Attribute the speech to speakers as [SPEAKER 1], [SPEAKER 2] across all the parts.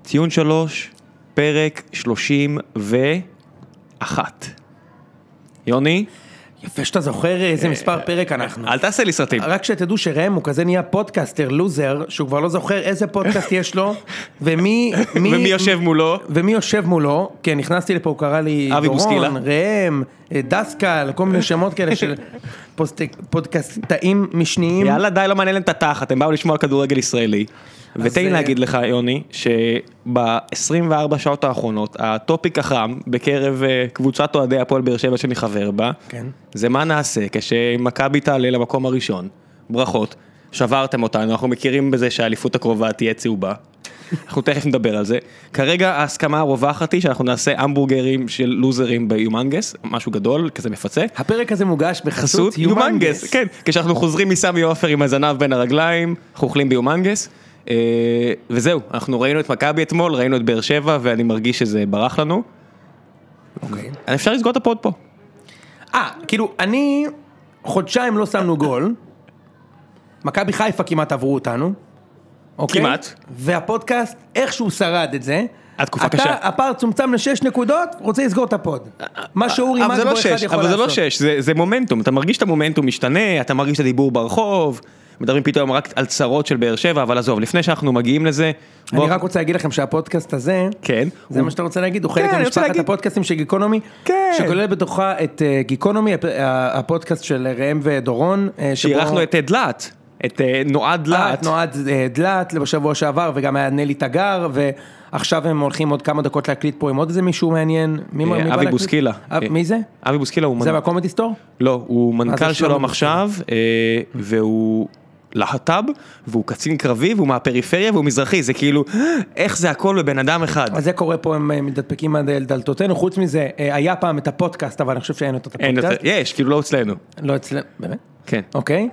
[SPEAKER 1] ציון 3, פרק 31. יוני?
[SPEAKER 2] יפה שאתה זוכר איזה מספר פרק אנחנו.
[SPEAKER 1] אל תעשה לי סרטים.
[SPEAKER 2] רק שתדעו שראם הוא כזה נהיה פודקאסטר, לוזר, שהוא כבר לא זוכר איזה פודקאסט יש לו, ומי
[SPEAKER 1] יושב מולו.
[SPEAKER 2] ומי יושב מולו, כן, נכנסתי לפה, הוא קרא לי דורון, ראם, דסקל, כל מיני שמות כאלה של פודקאסטאים משניים.
[SPEAKER 1] יאללה, די לא מעניין להם את התחת, הם באו לשמוע על כדורגל ישראלי. ותן לי להגיד לך, יוני, שב-24 שעות האחרונות, הטופיק החם בקרב קבוצת אוהדי הפועל באר שבע שאני חבר בה, זה מה נעשה כשמכבי תעלה למקום הראשון. ברכות, שברתם אותנו, אנחנו מכירים בזה שהאליפות הקרובה תהיה צהובה. אנחנו תכף נדבר על זה. כרגע ההסכמה הרווחת היא שאנחנו נעשה המבורגרים של לוזרים ביומנגס, משהו גדול, כזה מפצה.
[SPEAKER 2] הפרק הזה מוגש בחסות יומנגס.
[SPEAKER 1] כן, כשאנחנו חוזרים מסמי עופר עם הזנב בין הרגליים, אנחנו אוכלים ביומנגס. וזהו, אנחנו ראינו את מכבי אתמול, ראינו את באר שבע, ואני מרגיש שזה ברח לנו.
[SPEAKER 2] אוקיי.
[SPEAKER 1] אפשר לסגור את הפוד פה.
[SPEAKER 2] כאילו, אני חודשיים לא שמנו גול, מכבי חיפה כמעט עברו אותנו, אוקיי?
[SPEAKER 1] כמעט.
[SPEAKER 2] והפודקאסט, איכשהו שרד את זה,
[SPEAKER 1] התקופה קשה.
[SPEAKER 2] הפער צומצם ל6 נקודות, רוצה לסגור את הפוד. מה שאורי מגבור אחד יכול לעשות.
[SPEAKER 1] אבל זה לא 6, זה מומנטום, אתה מרגיש את המומנטום משתנה, אתה מרגיש את הדיבור ברחוב, מדברים פתאום רק על צרות של באר שבע, אבל עזוב, לפני שאנחנו מגיעים לזה...
[SPEAKER 2] אני רק רוצה להגיד לכם שהפודקאסט הזה, זה מה שאתה רוצה להגיד, הוא חלק ממשפחת הפודקאסטים של גיקונומי, שכולל בתוכה את גיקונומי, הפודקאסט של ראם ודורון,
[SPEAKER 1] שאירחנו את דלת, את נועד דלת.
[SPEAKER 2] נועד דלת בשבוע שעבר, וגם היה נלי תגר, ועכשיו הם הולכים עוד כמה דקות להקליט פה עם עוד איזה מישהו מעניין.
[SPEAKER 1] אבי בוסקילה.
[SPEAKER 2] מי זה?
[SPEAKER 1] אבי בוסקילה הוא...
[SPEAKER 2] זה מהקומדי סטור?
[SPEAKER 1] לא, הוא מנכ"ל שלום עכשיו, והוא... להט"ב, והוא קצין קרבי, והוא מהפריפריה, והוא מזרחי, זה כאילו, איך זה הכל בבן אדם אחד?
[SPEAKER 2] אז זה קורה פה, הם מדפקים עד דלתותינו, חוץ מזה, היה פעם את הפודקאסט, אבל אני חושב שאין אותו את הפודקאסט.
[SPEAKER 1] יש, כאילו לא אצלנו.
[SPEAKER 2] לא אצלנו, באמת?
[SPEAKER 1] כן.
[SPEAKER 2] אוקיי.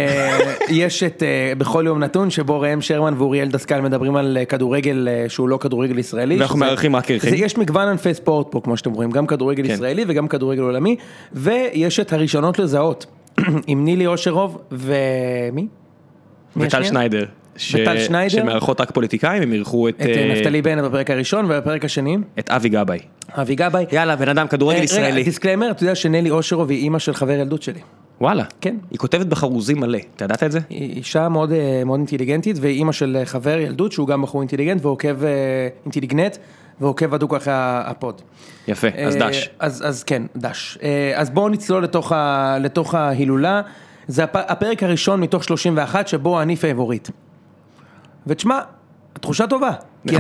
[SPEAKER 2] יש את בכל יום נתון, שבו ראם שרמן ואוריאל דסקל מדברים על כדורגל, שהוא לא כדורגל ישראלי.
[SPEAKER 1] ואנחנו מערכים רק ערכים.
[SPEAKER 2] יש מגוון ענפי ספורט פה, כמו שאתם רואים, גם כדורגל ישראלי וגם כדורגל עולמי, ויש את הראשונות לזהות, עם נילי אושרוב ומי?
[SPEAKER 1] וטל שניידר, שמערכות רק פוליטיקאים, הם ערכו את
[SPEAKER 2] נפתלי בנט בפרק הראשון, ובפרק השני
[SPEAKER 1] את אבי גבאי.
[SPEAKER 2] אבי גבאי.
[SPEAKER 1] יאללה, בן אדם, כדורגל ישראלי.
[SPEAKER 2] רגע, דיסקליימר, אתה יודע שנלי אושרוב היא אימא של חבר ילדות שלי.
[SPEAKER 1] וואלה.
[SPEAKER 2] כן.
[SPEAKER 1] היא כותבת בחרוזים מלא, אתה ידעת את זה?
[SPEAKER 2] היא אישה מאוד אינטליגנטית, והיא אימא של חבר ילדות, שהוא גם בחור אינטליגנט, ועוקב אינטליגנט, ועוקב הדוק אחרי הפוד.
[SPEAKER 1] יפה, אז דש.
[SPEAKER 2] אז כן, דש. אז בואו נצלול לתוך ההילולה. זה הפרק הראשון מתוך 31 שבו אני פייבוריט. ותשמע, התחושה טובה. כי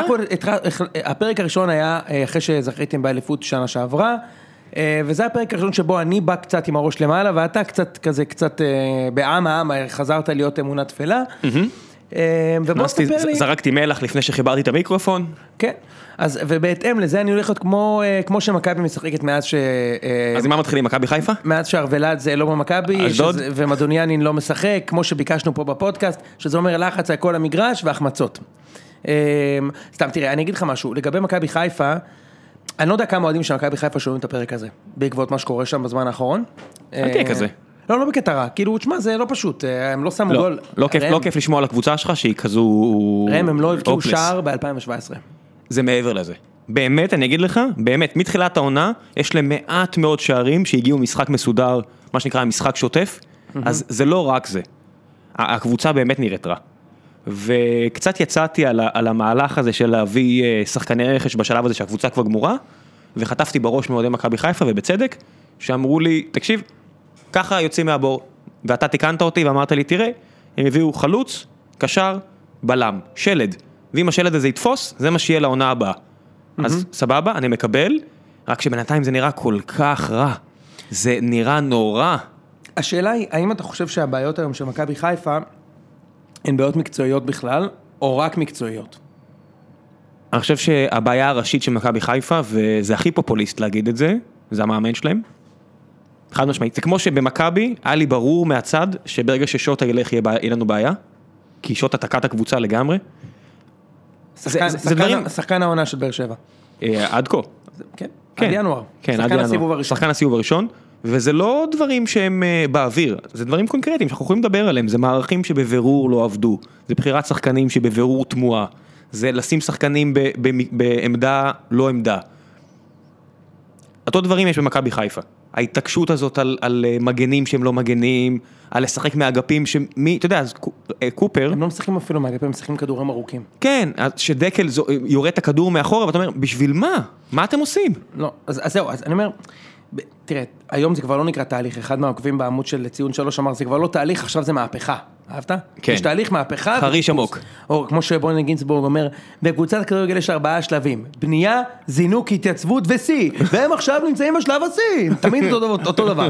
[SPEAKER 2] הפרק הראשון היה אחרי שזכיתם באליפות שנה שעברה, וזה הפרק הראשון שבו אני בא קצת עם הראש למעלה, ואתה קצת בעם חזרת להיות אמונה תפלה. ובוא תספר לי.
[SPEAKER 1] זרקתי מלח לפני שחיברתי את המיקרופון.
[SPEAKER 2] כן. ובהתאם לזה אני הולך להיות כמו שמכבי משחקת מאז
[SPEAKER 1] אז עם מה מתחילים, מכבי חיפה?
[SPEAKER 2] מאז שהרוולד זה לא במכבי, ומדוניאנין לא משחק, כמו שביקשנו פה בפודקאסט, שזה אומר לחץ על כל המגרש והחמצות. סתם תראה, אני אגיד לך משהו, לגבי מכבי חיפה, אני לא יודע כמה אוהדים של מכבי חיפה שומעים את הפרק הזה, בעקבות מה שקורה שם בזמן האחרון.
[SPEAKER 1] אל תהיה כזה.
[SPEAKER 2] לא בקטע רע, כאילו, תשמע, זה לא פשוט, הם לא שמו גול.
[SPEAKER 1] לא כיף לשמוע על הקבוצה שלך שהיא כזו...
[SPEAKER 2] ראם, הם לא הבקיעו שער ב-2017.
[SPEAKER 1] זה מעבר לזה. באמת, אני אגיד לך, באמת, מתחילת העונה, יש למעט מאוד שערים שהגיעו משחק מסודר, מה שנקרא משחק שוטף, אז זה לא רק זה. הקבוצה באמת נראית רע. וקצת יצאתי על המהלך הזה של להביא שחקני רכש בשלב הזה שהקבוצה כבר גמורה, וחטפתי בראש מאוהדי מכבי חיפה, ובצדק, שאמרו לי, תקשיב, ככה יוצאים מהבור, ואתה תיקנת אותי ואמרת לי, תראה, הם הביאו חלוץ, קשר, בלם, שלד, ואם השלד הזה יתפוס, זה מה שיהיה לעונה הבאה. אז סבבה, אני מקבל, רק שבינתיים זה נראה כל כך רע, זה נראה נורא.
[SPEAKER 2] השאלה היא, האם אתה חושב שהבעיות היום של מכבי חיפה, הן בעיות מקצועיות בכלל, או רק מקצועיות?
[SPEAKER 1] אני חושב שהבעיה הראשית של מכבי חיפה, וזה הכי פופוליסט להגיד את זה, זה המאמן שלהם, חד משמעית, זה כמו שבמכבי, היה לי ברור מהצד, שברגע ששוטה ילך יהיה לנו בעיה, כי שוטה תקעת הקבוצה לגמרי.
[SPEAKER 2] שחקן העונה של באר שבע.
[SPEAKER 1] עד כה.
[SPEAKER 2] כן, עד ינואר.
[SPEAKER 1] שחקן הסיבוב הראשון, וזה לא דברים שהם באוויר, זה דברים קונקרטיים שאנחנו יכולים לדבר עליהם, זה מערכים שבבירור לא עבדו, זה בחירת שחקנים שבבירור תמוהה, זה לשים שחקנים בעמדה, לא עמדה. אותו דברים יש במכבי חיפה. ההתעקשות הזאת על מגנים שהם לא מגנים, על לשחק מהאגפים שמי, אתה יודע, אז קופר...
[SPEAKER 2] הם לא משחקים אפילו מהאגפים, הם משחקים כדורים ארוכים.
[SPEAKER 1] כן, שדקל יורד את הכדור מאחורה, ואתה אומר, בשביל מה? מה אתם עושים?
[SPEAKER 2] לא, אז זהו, אז אני אומר, תראה, היום זה כבר לא נקרא תהליך, אחד מהעוקבים בעמוד של ציון 3 אמר, זה כבר לא תהליך, עכשיו זה מהפכה. אהבת?
[SPEAKER 1] כן.
[SPEAKER 2] יש תהליך מהפכה.
[SPEAKER 1] חריש עמוק.
[SPEAKER 2] או כמו שבוני גינסבורג אומר, בקבוצת הכדורגל יש 4 שלבים. בנייה, זינוק, התייצבות ושיא. והם עכשיו נמצאים בשלב השיא. תמיד אותו דבר.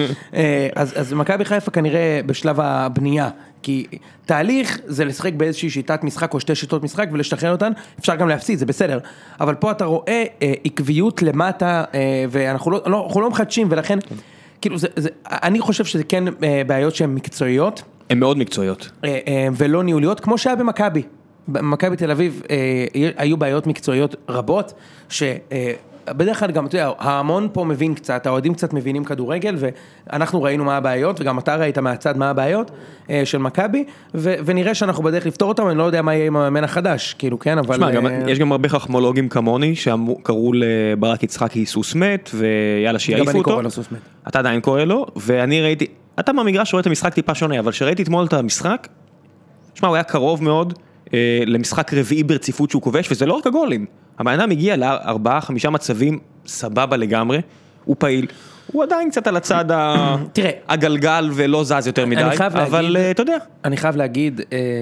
[SPEAKER 2] אז מכבי חיפה כנראה בשלב הבנייה. כי תהליך זה לשחק באיזושהי שיטת משחק או 2 שיטות משחק ולשתחרר אותן, אפשר גם להפסיד, זה בסדר. אבל פה אתה רואה עקביות למטה, ואנחנו לא מחדשים, ולכן, כאילו, אני חושב שזה כן בעיות שהן מקצועיות.
[SPEAKER 1] הן מאוד מקצועיות.
[SPEAKER 2] ולא ניהוליות, כמו שהיה במכבי. במכבי תל אביב היו בעיות מקצועיות רבות, שבדרך כלל גם, אתה יודע, ההמון פה מבין קצת, האוהדים קצת מבינים כדורגל, ואנחנו ראינו מה הבעיות, וגם אתה ראית מהצד מה הבעיות של מכבי, ונראה שאנחנו בדרך לפתור אותם, אני לא יודע מה יהיה עם המאמן החדש, כאילו, כן, אבל...
[SPEAKER 1] תשמע, יש גם הרבה חכמולוגים כמוני, שקראו לברק יצחקי סוס מת, ויאללה שיעיפו אותו.
[SPEAKER 2] גם אני קורא לו סוס מת.
[SPEAKER 1] אתה עדיין קורא לו, ואני ראיתי, אתה מהמגרש רואה את המשחק טיפה שונה, אבל שראיתי אתמול את המשחק, תשמע, הוא היה קרוב מאוד למשחק רביעי ברציפות שהוא כובש, וזה לא רק הגולים. הבן אדם הגיע ל4-5 מצבים סבבה לגמרי, הוא פעיל, הוא עדיין קצת על הצד הגלגל ולא זז יותר מדי, אבל אתה יודע.
[SPEAKER 2] אני חייב להגיד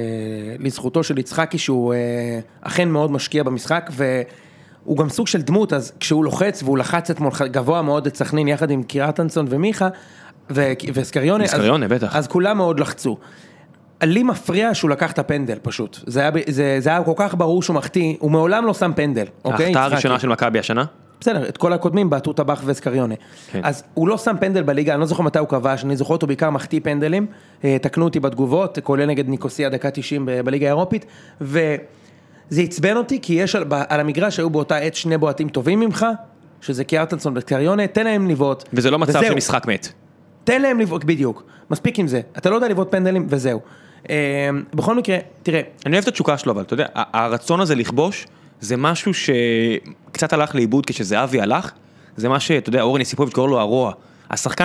[SPEAKER 2] לזכותו של יצחקי שהוא אכן מאוד משקיע במשחק, והוא גם סוג של דמות, אז כשהוא לוחץ, והוא לחץ אתמול גבוה מאוד את סכנין יחד עם קירטנסון ומיכה, וסקריונה, אז כולם מאוד לחצו. לי מפריע שהוא לקח את הפנדל פשוט, זה היה כל כך ברור שהוא מחטיא, הוא מעולם לא שם פנדל, אוקיי?
[SPEAKER 1] ההחטאה הראשונה של מכבי השנה?
[SPEAKER 2] בסדר, את כל הקודמים בעטו טבח וסקריונה, אז הוא לא שם פנדל בליגה, אני לא זוכר מתי הוא כבש, אני זוכר אותו בעיקר מחטיא פנדלים, תקנו אותי בתגובות, כולל נגד ניקוסיה דקה 90 בליגה האירופית, וזה עצבן אותי, כי יש על המגרש שהיו באותה עת 2 בועטים טובים ממך, שזה קיארטנסון וסקריונה, תן להם לבעוט.
[SPEAKER 1] וזה לא מצב של משחק מת.
[SPEAKER 2] תן להם לבעוט, בדיוק, מספיק עם זה, אתה לא יודע לבעוט פנדלים וזהו. בכל מקרה, תראה.
[SPEAKER 1] אני אוהב את התשוקה שלו, אבל אתה יודע, הרצון הזה לכבוש, זה משהו שקצת הלך לאיבוד כשזהבי הלך, זה מה שאתה יודע, אורן יסיפוביץ' קורא לו הרוע. השחקן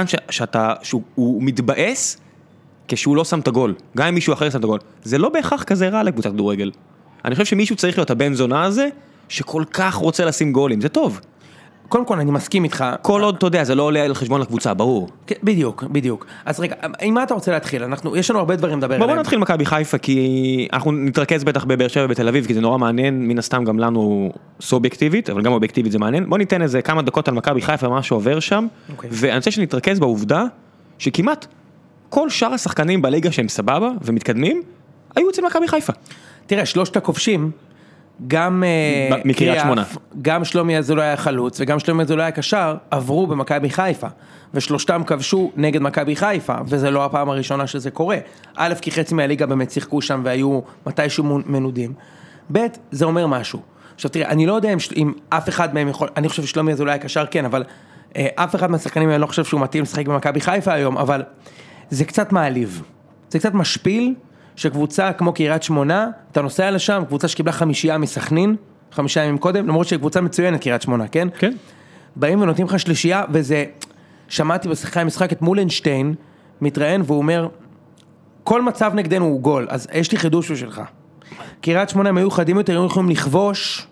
[SPEAKER 1] שהוא מתבאס כשהוא לא שם את הגול, גם אם מישהו אחר שם את הגול. זה לא בהכרח כזה רע לקבוצת כדורגל. אני חושב שמישהו צריך להיות הבן זונה הזה, שכל כך רוצה לשים גולים, זה טוב.
[SPEAKER 2] קודם כל אני מסכים איתך.
[SPEAKER 1] כל עוד אתה יודע, זה לא עולה על חשבון לקבוצה, ברור.
[SPEAKER 2] בדיוק. אז רגע, עם מה אתה רוצה להתחיל? יש לנו הרבה דברים לדבר עליהם.
[SPEAKER 1] בואו נתחיל מכבי חיפה, כי אנחנו נתרכז בטח בבאר שבע ובתל אביב, כי זה נורא מעניין, מן הסתם גם לנו סובייקטיבית, אבל גם אובייקטיבית זה מעניין. בואו ניתן איזה כמה דקות על מכבי חיפה, מה שעובר שם, ואני רוצה שנתרכז בעובדה, שכמעט כל שאר השחקנים בליגה שהם סבבה ומתקדמים, היו אצל מכבי חיפה.
[SPEAKER 2] תראה, 3 הכובשים, גם
[SPEAKER 1] מקריית שמונה,
[SPEAKER 2] גם שלומי אזולאי היה חלוץ וגם שלומי אזולאי היה קשר, עברו במכבי חיפה, ושלושתם כבשו נגד מכבי חיפה, וזה לא הפעם הראשונה שזה קורה. א', כי חצי מהליגה באמת שיחקו שם והיו מתישהו מנודים. ב', זה אומר משהו. עכשיו תראה, אני לא יודע אם אף אחד מהם יכול, אני חושב ששלומי אזולאי היה קשר כן, אבל אף אחד מהשחקנים אני לא חושב שהוא מתאים לשחק במכבי חיפה היום, אבל זה קצת מעליב, זה קצת משפיל, שקבוצה כמו קריית שמונה, אתה נוסע לשם, קבוצה שקיבלה 5 מסכנין, 5 ימים קודם, למרות שקבוצה מצוינת קריית שמונה, כן?
[SPEAKER 1] כן.
[SPEAKER 2] באים ונותנים לך 3, וזה, שמעתי בשיחה עם משחק את מולנשטיין, מתראיין והוא אומר, כל מצב נגדנו הוא גול, אז יש לי חידוש בשבילך. קריית שמונה הם היו חדים יותר, היו יכולים לכבוש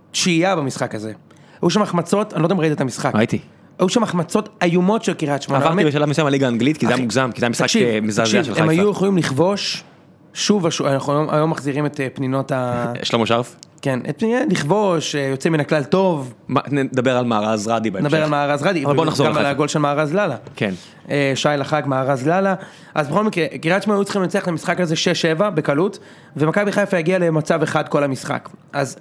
[SPEAKER 2] 9 במשחק הזה. היו שם החמצות, אני לא יודע אם ראית את המשחק.
[SPEAKER 1] ראיתי.
[SPEAKER 2] היו שם החמצות איומות של קריית שמונה.
[SPEAKER 1] עברתי בשלב מסוים הליגה האנגלית, כי זה היה מוגזם, כי זה היה משחק מזעזע של חיפה.
[SPEAKER 2] הם היו יכולים לכבוש שוב, אנחנו היום מחזירים את פנינות
[SPEAKER 1] שלמה שרף?
[SPEAKER 2] כן, את פנינות לכבוש, יוצא מן הכלל טוב.
[SPEAKER 1] נדבר על מערז רדי בהמשך.
[SPEAKER 2] נדבר על מערז רדי,
[SPEAKER 1] אבל בוא נחזור
[SPEAKER 2] גם על הגול של מערז ללה.
[SPEAKER 1] כן.
[SPEAKER 2] שי לחג, מערז ללה. אז בכל מקרה, קריית שמונה היו צריכים לנצח למשחק הזה 6-7 בקלות, ומכבי חיפה הגיע למצב אחד כל המשחק. אז,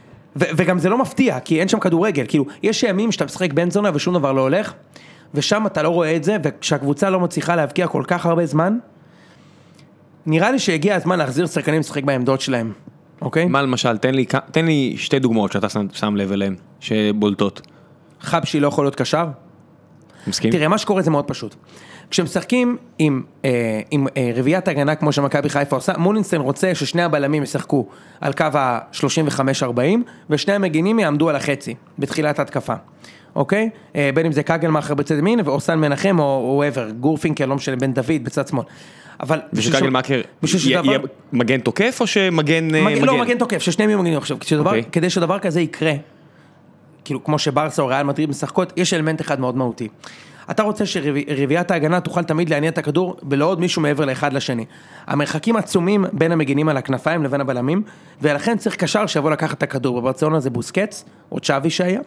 [SPEAKER 2] וגם זה לא מפתיע, כי אין שם כדורגל. כאילו, יש ימים שאתה משחק בן זונה ושום דבר לא הולך, ושם אתה לא רואה את זה, וכשהקבוצה לא מצליחה להבקיע כל כך הרבה זמן, נראה לי שהגיע הזמן להחזיר שחקנים לשחק בעמדות שלהם, אוקיי?
[SPEAKER 1] מה למשל, תן לי 2 דוגמאות שאתה שם לב אליהם, שבולטות.
[SPEAKER 2] חבשי לא יכול להיות קשר?
[SPEAKER 1] מסכים.
[SPEAKER 2] תראה, מה שקורה זה מאוד פשוט. כשמשחקים עם רביעיית הגנה כמו שמכבי חיפה עושה, מולינסטיין רוצה ששני הבלמים ישחקו על קו ה-35-40, ושני המגינים יעמדו על החצי, בתחילת ההתקפה. אוקיי? בין אם זה קגלמאכר בצד ימין, ואוסן מנחם או עבר, גורפינקל, לא משנה, בן דוד בצד שמאל. אבל...
[SPEAKER 1] ושקגלמאכר יהיה מגן תוקף או שמגן...
[SPEAKER 2] לא, מגן תוקף, ששניהם יהיו מגנים עכשיו. כדי שדבר כזה יקרה, כאילו כמו שברסה או ריאל מדריד משחקות, יש אלמנט אחד מאוד מהותי. אתה רוצה שרביעיית ההגנה תוכל תמיד להניע את הכדור ולא עוד מישהו מעבר לאחד לשני. המרחקים עצומים בין המגינים על הכנפיים לבין הבלמים, ולכן צריך קשר שיבוא לקחת את הכדור. בברצלונה זה בוסקץ, או צ'אבי שהיה.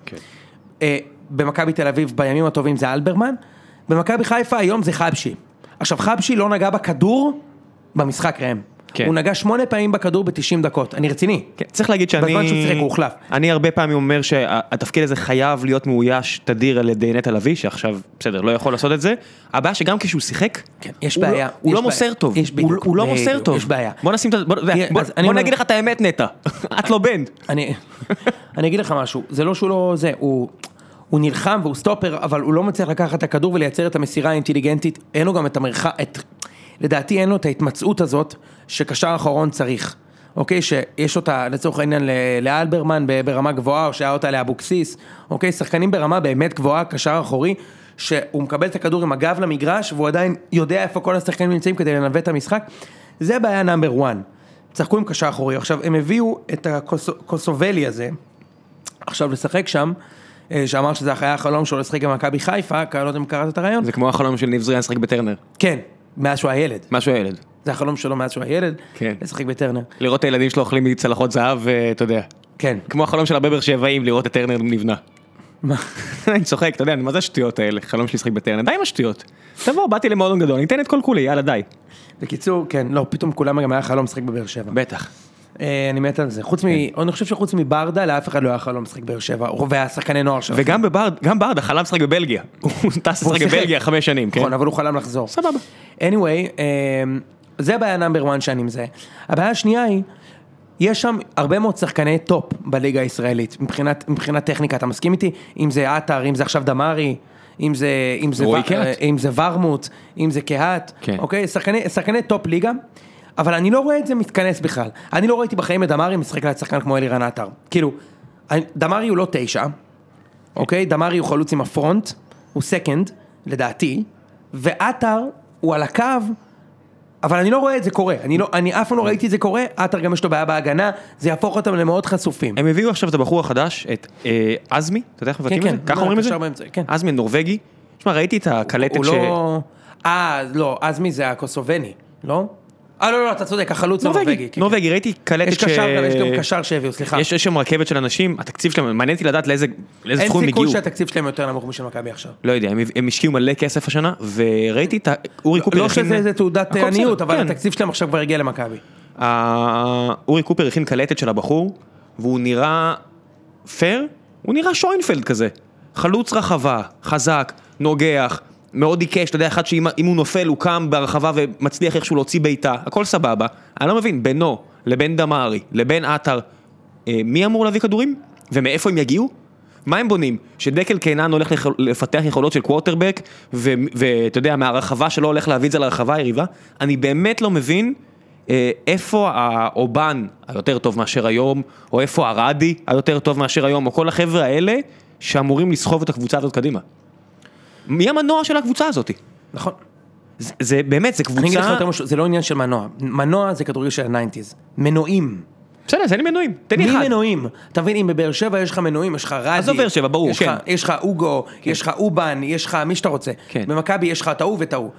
[SPEAKER 2] במכבי תל אביב בימים הטובים זה אלברמן, במכבי חיפה היום זה חבשי. עכשיו חבשי לא נגע בכדור במשחק ראם. כן. הוא נגע 8 פעמים בכדור ב-90 דקות, אני רציני.
[SPEAKER 1] כן. צריך להגיד שאני...
[SPEAKER 2] בזמן שהוא צריך הוא הוחלף.
[SPEAKER 1] אני הרבה פעמים אומר שהתפקיד הזה חייב להיות מאויש תדיר על ידי נטע לביא, שעכשיו, בסדר, לא יכול לעשות את זה. הבעיה שגם כשהוא שיחק,
[SPEAKER 2] כן, יש בעיה.
[SPEAKER 1] הוא לא מוסר טוב. הוא לא מוסר טוב.
[SPEAKER 2] יש בעיה.
[SPEAKER 1] בוא נשים את... בוא נגיד לך את האמת נטע. את לא בן.
[SPEAKER 2] אני אגיד לך משהו, זה לא שהוא לא זה, הוא נלחם והוא סטופר, אבל הוא לא מצליח לקחת את הכדור ולייצר את המסירה האינטליגנטית, אין לו גם את המרחק, לדעתי אין לו את ההתמצאות הזאת שקשר האחרון צריך, אוקיי, שיש אותה לצורך העניין לאלברמן ברמה גבוהה, או שהיה אותה לאבוקסיס, אוקיי, שחקנים ברמה באמת גבוהה, קשר אחורי, שהוא מקבל את הכדור עם הגב למגרש, והוא עדיין יודע איפה כל השחקנים נמצאים כדי לנווט את המשחק, זה בעיה נאמבר 1, צחקו עם קשר אחורי, עכשיו הם הביאו את הקוסובלי הזה, עכשיו לשחק שם, שאמר שזה היה החלום שלו לשחק עם מכבי חיפה, לא יודע אם קראת את הרעיון.
[SPEAKER 1] זה כמו החלום של ניב זריאן לשחק בטרנר.
[SPEAKER 2] כן, מאז שהוא הילד.
[SPEAKER 1] מאז שהוא הילד.
[SPEAKER 2] זה החלום שלו מאז שהוא הילד,
[SPEAKER 1] כן.
[SPEAKER 2] לשחק בטרנר.
[SPEAKER 1] לראות את הילדים שלו אוכלים מצלחות זהב, אתה יודע.
[SPEAKER 2] כן.
[SPEAKER 1] כמו החלום של הבבר שבעים, לראות את טרנר נבנה.
[SPEAKER 2] מה?
[SPEAKER 1] אני צוחק, אתה יודע, מה זה השטויות האלה? חלום שלי לשחק בטרנר, די עם השטויות. תבוא, באתי למועדון גדול, ניתן את כל כולי, יאללה, די.
[SPEAKER 2] בקיצור, כן, לא, פתאום כולם גם היה חלום לשחק בבאר שבע.
[SPEAKER 1] בטח.
[SPEAKER 2] אני מת על זה. אני חושב שחוץ מברדה, לאף אחד לא היה חלום לשחק באר שבע, והשחקני נוער שלו.
[SPEAKER 1] וגם ברדה חלם לשחק בבלגיה. הוא טס לשחק בבלגיה 5 שנים, כן?
[SPEAKER 2] נכון, אבל הוא חלם לחזור.
[SPEAKER 1] סבבה.
[SPEAKER 2] anyway, זה הבעיה נאמבר 1 שאני מזה. הבעיה השנייה היא, יש שם הרבה מאוד שחקני טופ בליגה הישראלית, מבחינת טכניקה, אתה מסכים איתי? אם זה עטר, אם זה עכשיו דמרי, אם זה ורמוט, אם זה קהת, אוקיי? שחקני טופ ליגה, אבל אני לא רואה את זה מתכנס בכלל. אני לא ראיתי בחיים את דמרי משחק ליד שחקן כמו אלירן עטר. כאילו, דמרי הוא לא 9, אוקיי? דמרי הוא חלוץ עם הפרונט, הוא סקנד, לדעתי, ועטר הוא על הקו, אבל אני לא רואה את זה קורה. אני אף פעם לא ראיתי את זה קורה, עטר גם יש לו בעיה בהגנה, זה יהפוך אותם למאוד חשופים.
[SPEAKER 1] הם הביאו עכשיו את הבחור החדש, את עזמי, אתה יודע איך מבטאים את זה? ככה אומרים את זה? עזמי נורווגי. תשמע, ראיתי את הקלטת ש...
[SPEAKER 2] לא, עזמי זה הקוסובני, לא? לא, אתה צודק, החלוץ נורווגי.
[SPEAKER 1] נורווגי, ראיתי קלטת
[SPEAKER 2] ש... יש גם קשר שהביאו, סליחה.
[SPEAKER 1] יש שם רכבת של אנשים, התקציב שלהם, מעניין אותי לדעת לאיזה סכום הגיעו.
[SPEAKER 2] אין סיכוי שהתקציב שלהם יותר נמוך משל מכבי עכשיו.
[SPEAKER 1] לא יודע, הם השקיעו מלא כסף השנה, וראיתי את אורי קופר...
[SPEAKER 2] לא שזה תעודת עניות, אבל התקציב שלהם עכשיו כבר הגיע למכבי.
[SPEAKER 1] אורי קופר הכין קלטת של הבחור, והוא נראה פייר, הוא נראה שוינפלד כזה. חלוץ רחבה, חזק, נוגח, מאוד עיקש, אתה יודע, אחד שאם הוא נופל הוא קם ברחבה ומצליח איכשהו להוציא ביתה, הכל סבבה. אני לא מבין, בינו, לבין דמרי, לבין עטר, מי אמור להביא כדורים? ומאיפה הם יגיעו? מה הם בונים? שדקל קיינן הולך לפתח יכולות של קווטרבק, ואתה יודע, מהרחבה שלו הולך להביא את זה לרחבה היריבה? אני באמת לא מבין איפה האובן היותר טוב מאשר היום, או איפה הרדי היותר טוב מאשר היום, או כל החבר'ה האלה שאמורים לסחוב את הקבוצה הזאת קדימה. מי המנוע של הקבוצה הזאת?
[SPEAKER 2] נכון.
[SPEAKER 1] זה באמת, זה קבוצה...
[SPEAKER 2] אני אגיד לך יותר משהו, זה לא עניין של מנוע. מנוע זה כדורגל של ה-90s. מנועים.
[SPEAKER 1] בסדר, זה לי מנועים. תן לי אחד.
[SPEAKER 2] מי מנועים? אתה מבין, אם בבאר שבע יש לך מנועים, יש לך רדי.
[SPEAKER 1] אז בבאר שבע, ברור, כן.
[SPEAKER 2] יש לך אוגו, יש לך אובן, יש לך מי שאתה רוצה. במכבי יש לך טעו וטעו.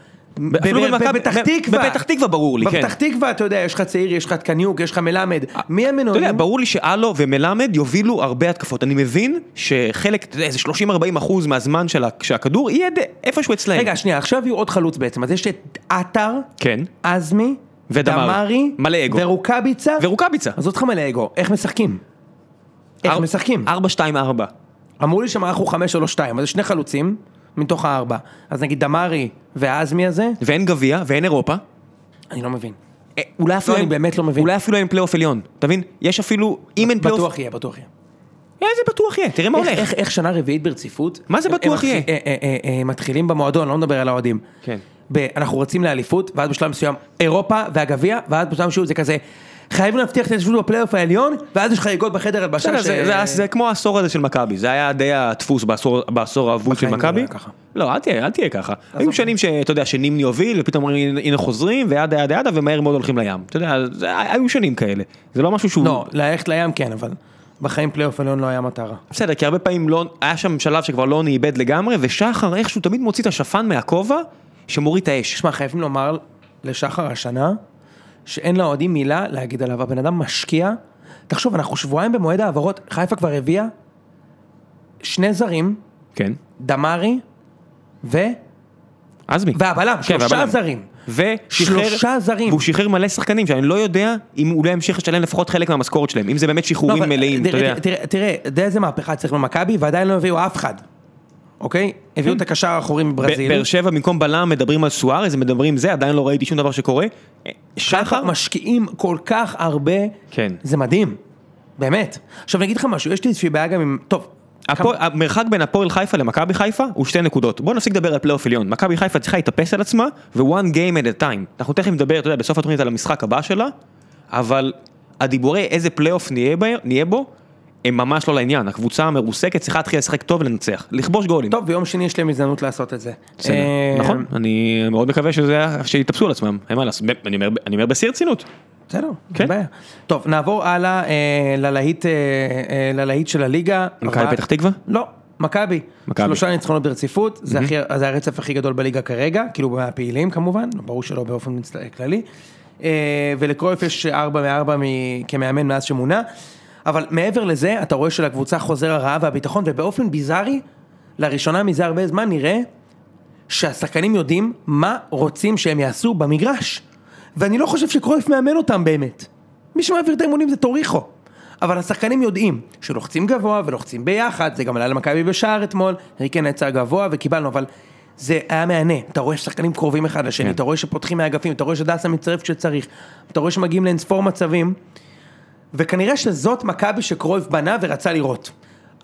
[SPEAKER 1] בפתח תקווה ברור לי, כן.
[SPEAKER 2] בפתח תקווה, אתה יודע, יש לך צעיר, יש לך קניוק, יש לך מלמד. מי המנועים?
[SPEAKER 1] אתה יודע, ברור לי שאלו ומלמד יובילו הרבה התקפות. אני מבין שחלק, אתה יודע, איזה 30-40% מהזמן של הכדור יהיה איפשהו אצלהם.
[SPEAKER 2] רגע, שנייה, עכשיו יהיו עוד חלוץ בעצם. אז יש את עטר,
[SPEAKER 1] כן.
[SPEAKER 2] עזמי, דמרי, ורוקביצה. אז עוד לך מלא אגו. איך משחקים?
[SPEAKER 1] 4-2-4.
[SPEAKER 2] אמרו לי שמערכו 5-3-2, אז יש 2 חלוצים. מתוך 4. אז נגיד דמרי והעזמי הזה.
[SPEAKER 1] ואין גביע, ואין אירופה.
[SPEAKER 2] אני לא מבין.
[SPEAKER 1] אולי אפילו
[SPEAKER 2] אני באמת לא מבין.
[SPEAKER 1] אולי אפילו אין פלייאוף עליון. אתה מבין? יש אפילו, אם אין פלייאוף...
[SPEAKER 2] בטוח יהיה.
[SPEAKER 1] זה בטוח יהיה, תראה מה הולך.
[SPEAKER 2] איך שנה רביעית ברציפות?
[SPEAKER 1] מה זה בטוח יהיה?
[SPEAKER 2] מתחילים במועדון, לא נדבר על האוהדים.
[SPEAKER 1] כן.
[SPEAKER 2] אנחנו רצים לאליפות, ואז בשלב מסוים אירופה והגביע, ואז בשלב שוב זה כזה, חייבים להבטיח את ההתיישבות בפלייאוף העליון, ואז יש חריגות בחדר הלבשה
[SPEAKER 1] זה כמו העשור הזה של מכבי, זה היה די הדפוס בעשור האבוד של מכבי. לא, אל תהיה ככה. היו שנים שאתה יודע, שנימני הוביל, ופתאום אומרים, הנה חוזרים, וידה, ומהר מאוד הולכים לים. אתה יודע, היו שנים כאלה. זה לא משהו שהוא...
[SPEAKER 2] לא, ללכת לים כן, אבל בחיים פלייאוף העליון לא היה מטרה.
[SPEAKER 1] בסדר, כי הרבה פעמים היה שם שלב שכבר לא נאיבד לגמרי, ושחר איכשהו תמיד מוציא את השפן מהכובע, שמוריד את האש.
[SPEAKER 2] תשמע, חייבים לומר לשחר השנה, שאין לאוהדים מילה להגיד עליו, הבן אדם משקיע, תחשוב, אנחנו שבועיים במועד העברות, חיפה כבר הביאה 2 זרים,
[SPEAKER 1] כן.
[SPEAKER 2] דמרי,
[SPEAKER 1] עזמי.
[SPEAKER 2] והבלם, 3 זרים. 3 זרים.
[SPEAKER 1] והוא שחרר מלא שחקנים, שאני לא יודע אם הוא לא ימשיך לשלם לפחות חלק מהמשכורת שלהם, אם זה באמת שחרורים מלאים, אתה יודע.
[SPEAKER 2] תראה, איזה מהפכה צריך במכבי, ועדיין לא הביאו אף אחד. אוקיי? הביאו את הקשר האחורי מברזיל.
[SPEAKER 1] באר שבע במקום בלם מדברים על סוארז, מדברים זה, עדיין לא ראיתי שום דבר שקורה.
[SPEAKER 2] שחר משקיעים כל כך הרבה, זה מדהים, באמת. עכשיו נגיד לך משהו, יש לי איזושהי בעיה גם עם, טוב.
[SPEAKER 1] המרחק בין הפועל חיפה למכבי חיפה הוא 2 נקודות. בואו נפסיק לדבר על פלייאוף עליון. מכבי חיפה צריכה להתאפס על עצמה, ו-one game at a time. אנחנו תכף נדבר, אתה יודע, בסוף התוכנית על המשחק הבא שלה, אבל הדיבורי איזה פלייאוף נהיה בו, הם ממש לא לעניין, הקבוצה המרוסקת צריכה להתחיל לשחק טוב ולנצח, לכבוש גולים.
[SPEAKER 2] טוב, ביום שני יש להם הזדמנות לעשות את זה.
[SPEAKER 1] נכון, אני מאוד מקווה שיתאפסו על עצמם, אני אומר בשיא רצינות.
[SPEAKER 2] בסדר, אין בעיה. טוב, נעבור הלאה ללהיט של הליגה.
[SPEAKER 1] מכבי פתח תקווה?
[SPEAKER 2] לא, מכבי. 3 ניצחונות ברציפות, זה הרצף הכי גדול בליגה כרגע, כאילו מהפעילים כמובן, ברור שלא באופן כללי. ולקרויף יש 4 מ-4 כמאמן מאז שמונה. אבל מעבר לזה, אתה רואה שלקבוצה חוזר הרעב והביטחון, ובאופן ביזארי, לראשונה מזה הרבה זמן נראה שהשחקנים יודעים מה רוצים שהם יעשו במגרש. ואני לא חושב שקרויף מאמן אותם באמת. מי שמעביר את האימונים זה טוריחו. אבל השחקנים יודעים שלוחצים גבוה ולוחצים ביחד, זה גם עלה למכבי בשער אתמול, ריקן יצא גבוה וקיבלנו, אבל זה היה מענה. אתה רואה ששחקנים קרובים אחד לשני, אתה רואה שפותחים מהאגפים, אתה רואה שדסה מצטרף כשצריך, אתה רואה שמגיעים לאינספור מצבים, וכנראה שזאת מכבי שקרויף בנה ורצה לראות. 4-2-3-1,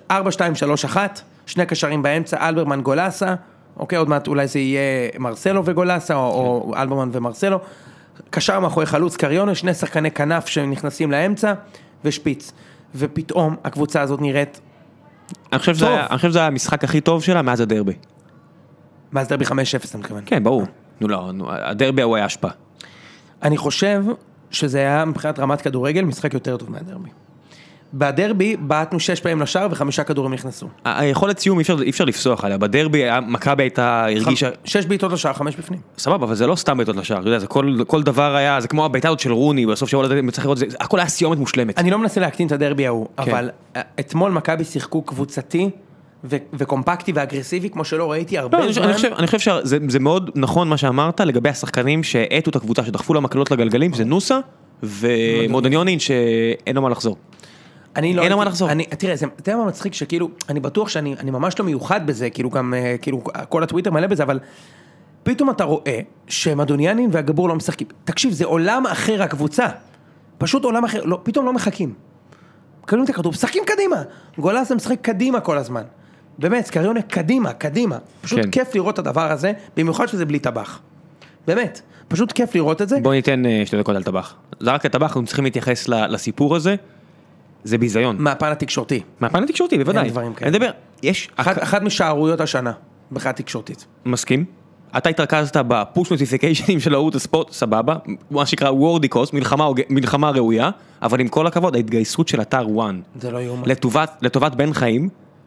[SPEAKER 2] 2 קשרים באמצע, אלברמן גולסה, אוקיי, עוד מעט אולי זה יהיה מרסלו וגולסה, או אלברמן ומרסלו, קשר מאחורי חלוץ קריונה, 2 שחקני כנף שנכנסים לאמצע, ושפיץ. ופתאום הקבוצה הזאת נראית
[SPEAKER 1] אני חושב שזה היה המשחק הכי טוב שלה מאז הדרבי.
[SPEAKER 2] מאז דרבי 5-0, אתה מתכוון.
[SPEAKER 1] כן, ברור. הדרבי הוא היה השפעה.
[SPEAKER 2] אני חושב שזה היה מבחינת רמת כדורגל, משחק יותר טוב מהדרבי. בדרבי בעטנו 6 פעמים לשער ו5 כדורים נכנסו.
[SPEAKER 1] היכולת סיום אי אפשר לפסוח עליה. בדרבי מכבי הייתה הרגישה
[SPEAKER 2] 6 בעיטות לשער, 5 בפנים.
[SPEAKER 1] סבבה, אבל זה לא סתם בעיטות לשער, אתה יודע, זה כל דבר היה, זה כמו הבעיטה הזאת של רוני, בסוף שבוע מצליח לראות, הכל היה סיומת מושלמת.
[SPEAKER 2] אני לא מנסה להקטין את הדרבי ההוא, אבל אתמול מכבי שיחקו קבוצתי וקומפקטי ואגרסיבי, כמו שלא ראיתי הרבה זמן.
[SPEAKER 1] אני חושב שזה מאוד נכון מה שאמרת לגבי השחקנים שהעטו את הקבוצה, שדחפו לה מקלות לגלגלים, זה נוסה ומודניונין שאין לו מה לחזור. אין לו מה לחזור.
[SPEAKER 2] תראה, זה מה מצחיק שכאילו, אני בטוח שאני ממש לא מיוחד בזה, כאילו גם, כאילו כל הטוויטר מלא בזה, אבל פתאום אתה רואה שמודניונין והגבור לא משחקים. תקשיב, זה עולם אחר הקבוצה. פשוט עולם אחר, פתאום לא מחכים. קלים את הכדור, משחקים קדימה. גולס משחק קדימה כל הזמן. באמת, סקריונה קדימה. פשוט כיף לראות את הדבר הזה, במיוחד שזה בלי טבח. באמת, פשוט כיף לראות את זה.
[SPEAKER 1] בוא ניתן 2 דקות על טבח. זה רק הטבח, אנחנו צריכים להתייחס לסיפור הזה. זה ביזיון.
[SPEAKER 2] מהפן התקשורתי.
[SPEAKER 1] מהפן התקשורתי, בוודאי.
[SPEAKER 2] אין דברים כאלה.
[SPEAKER 1] אני מדבר, יש...
[SPEAKER 2] אחת משערויות השנה, בחד תקשורתית.
[SPEAKER 1] מסכים. אתה התרכזת בפוש נוטיפיקיישנים של ערוץ הספורט, סבבה, מה שנקרא וורדיקוס, מלחמה ראויה, אבל עם כל הכבוד, ההתגייסות של אתר וואן,
[SPEAKER 2] זה לא יאומן.
[SPEAKER 1] לטובת בן חיים,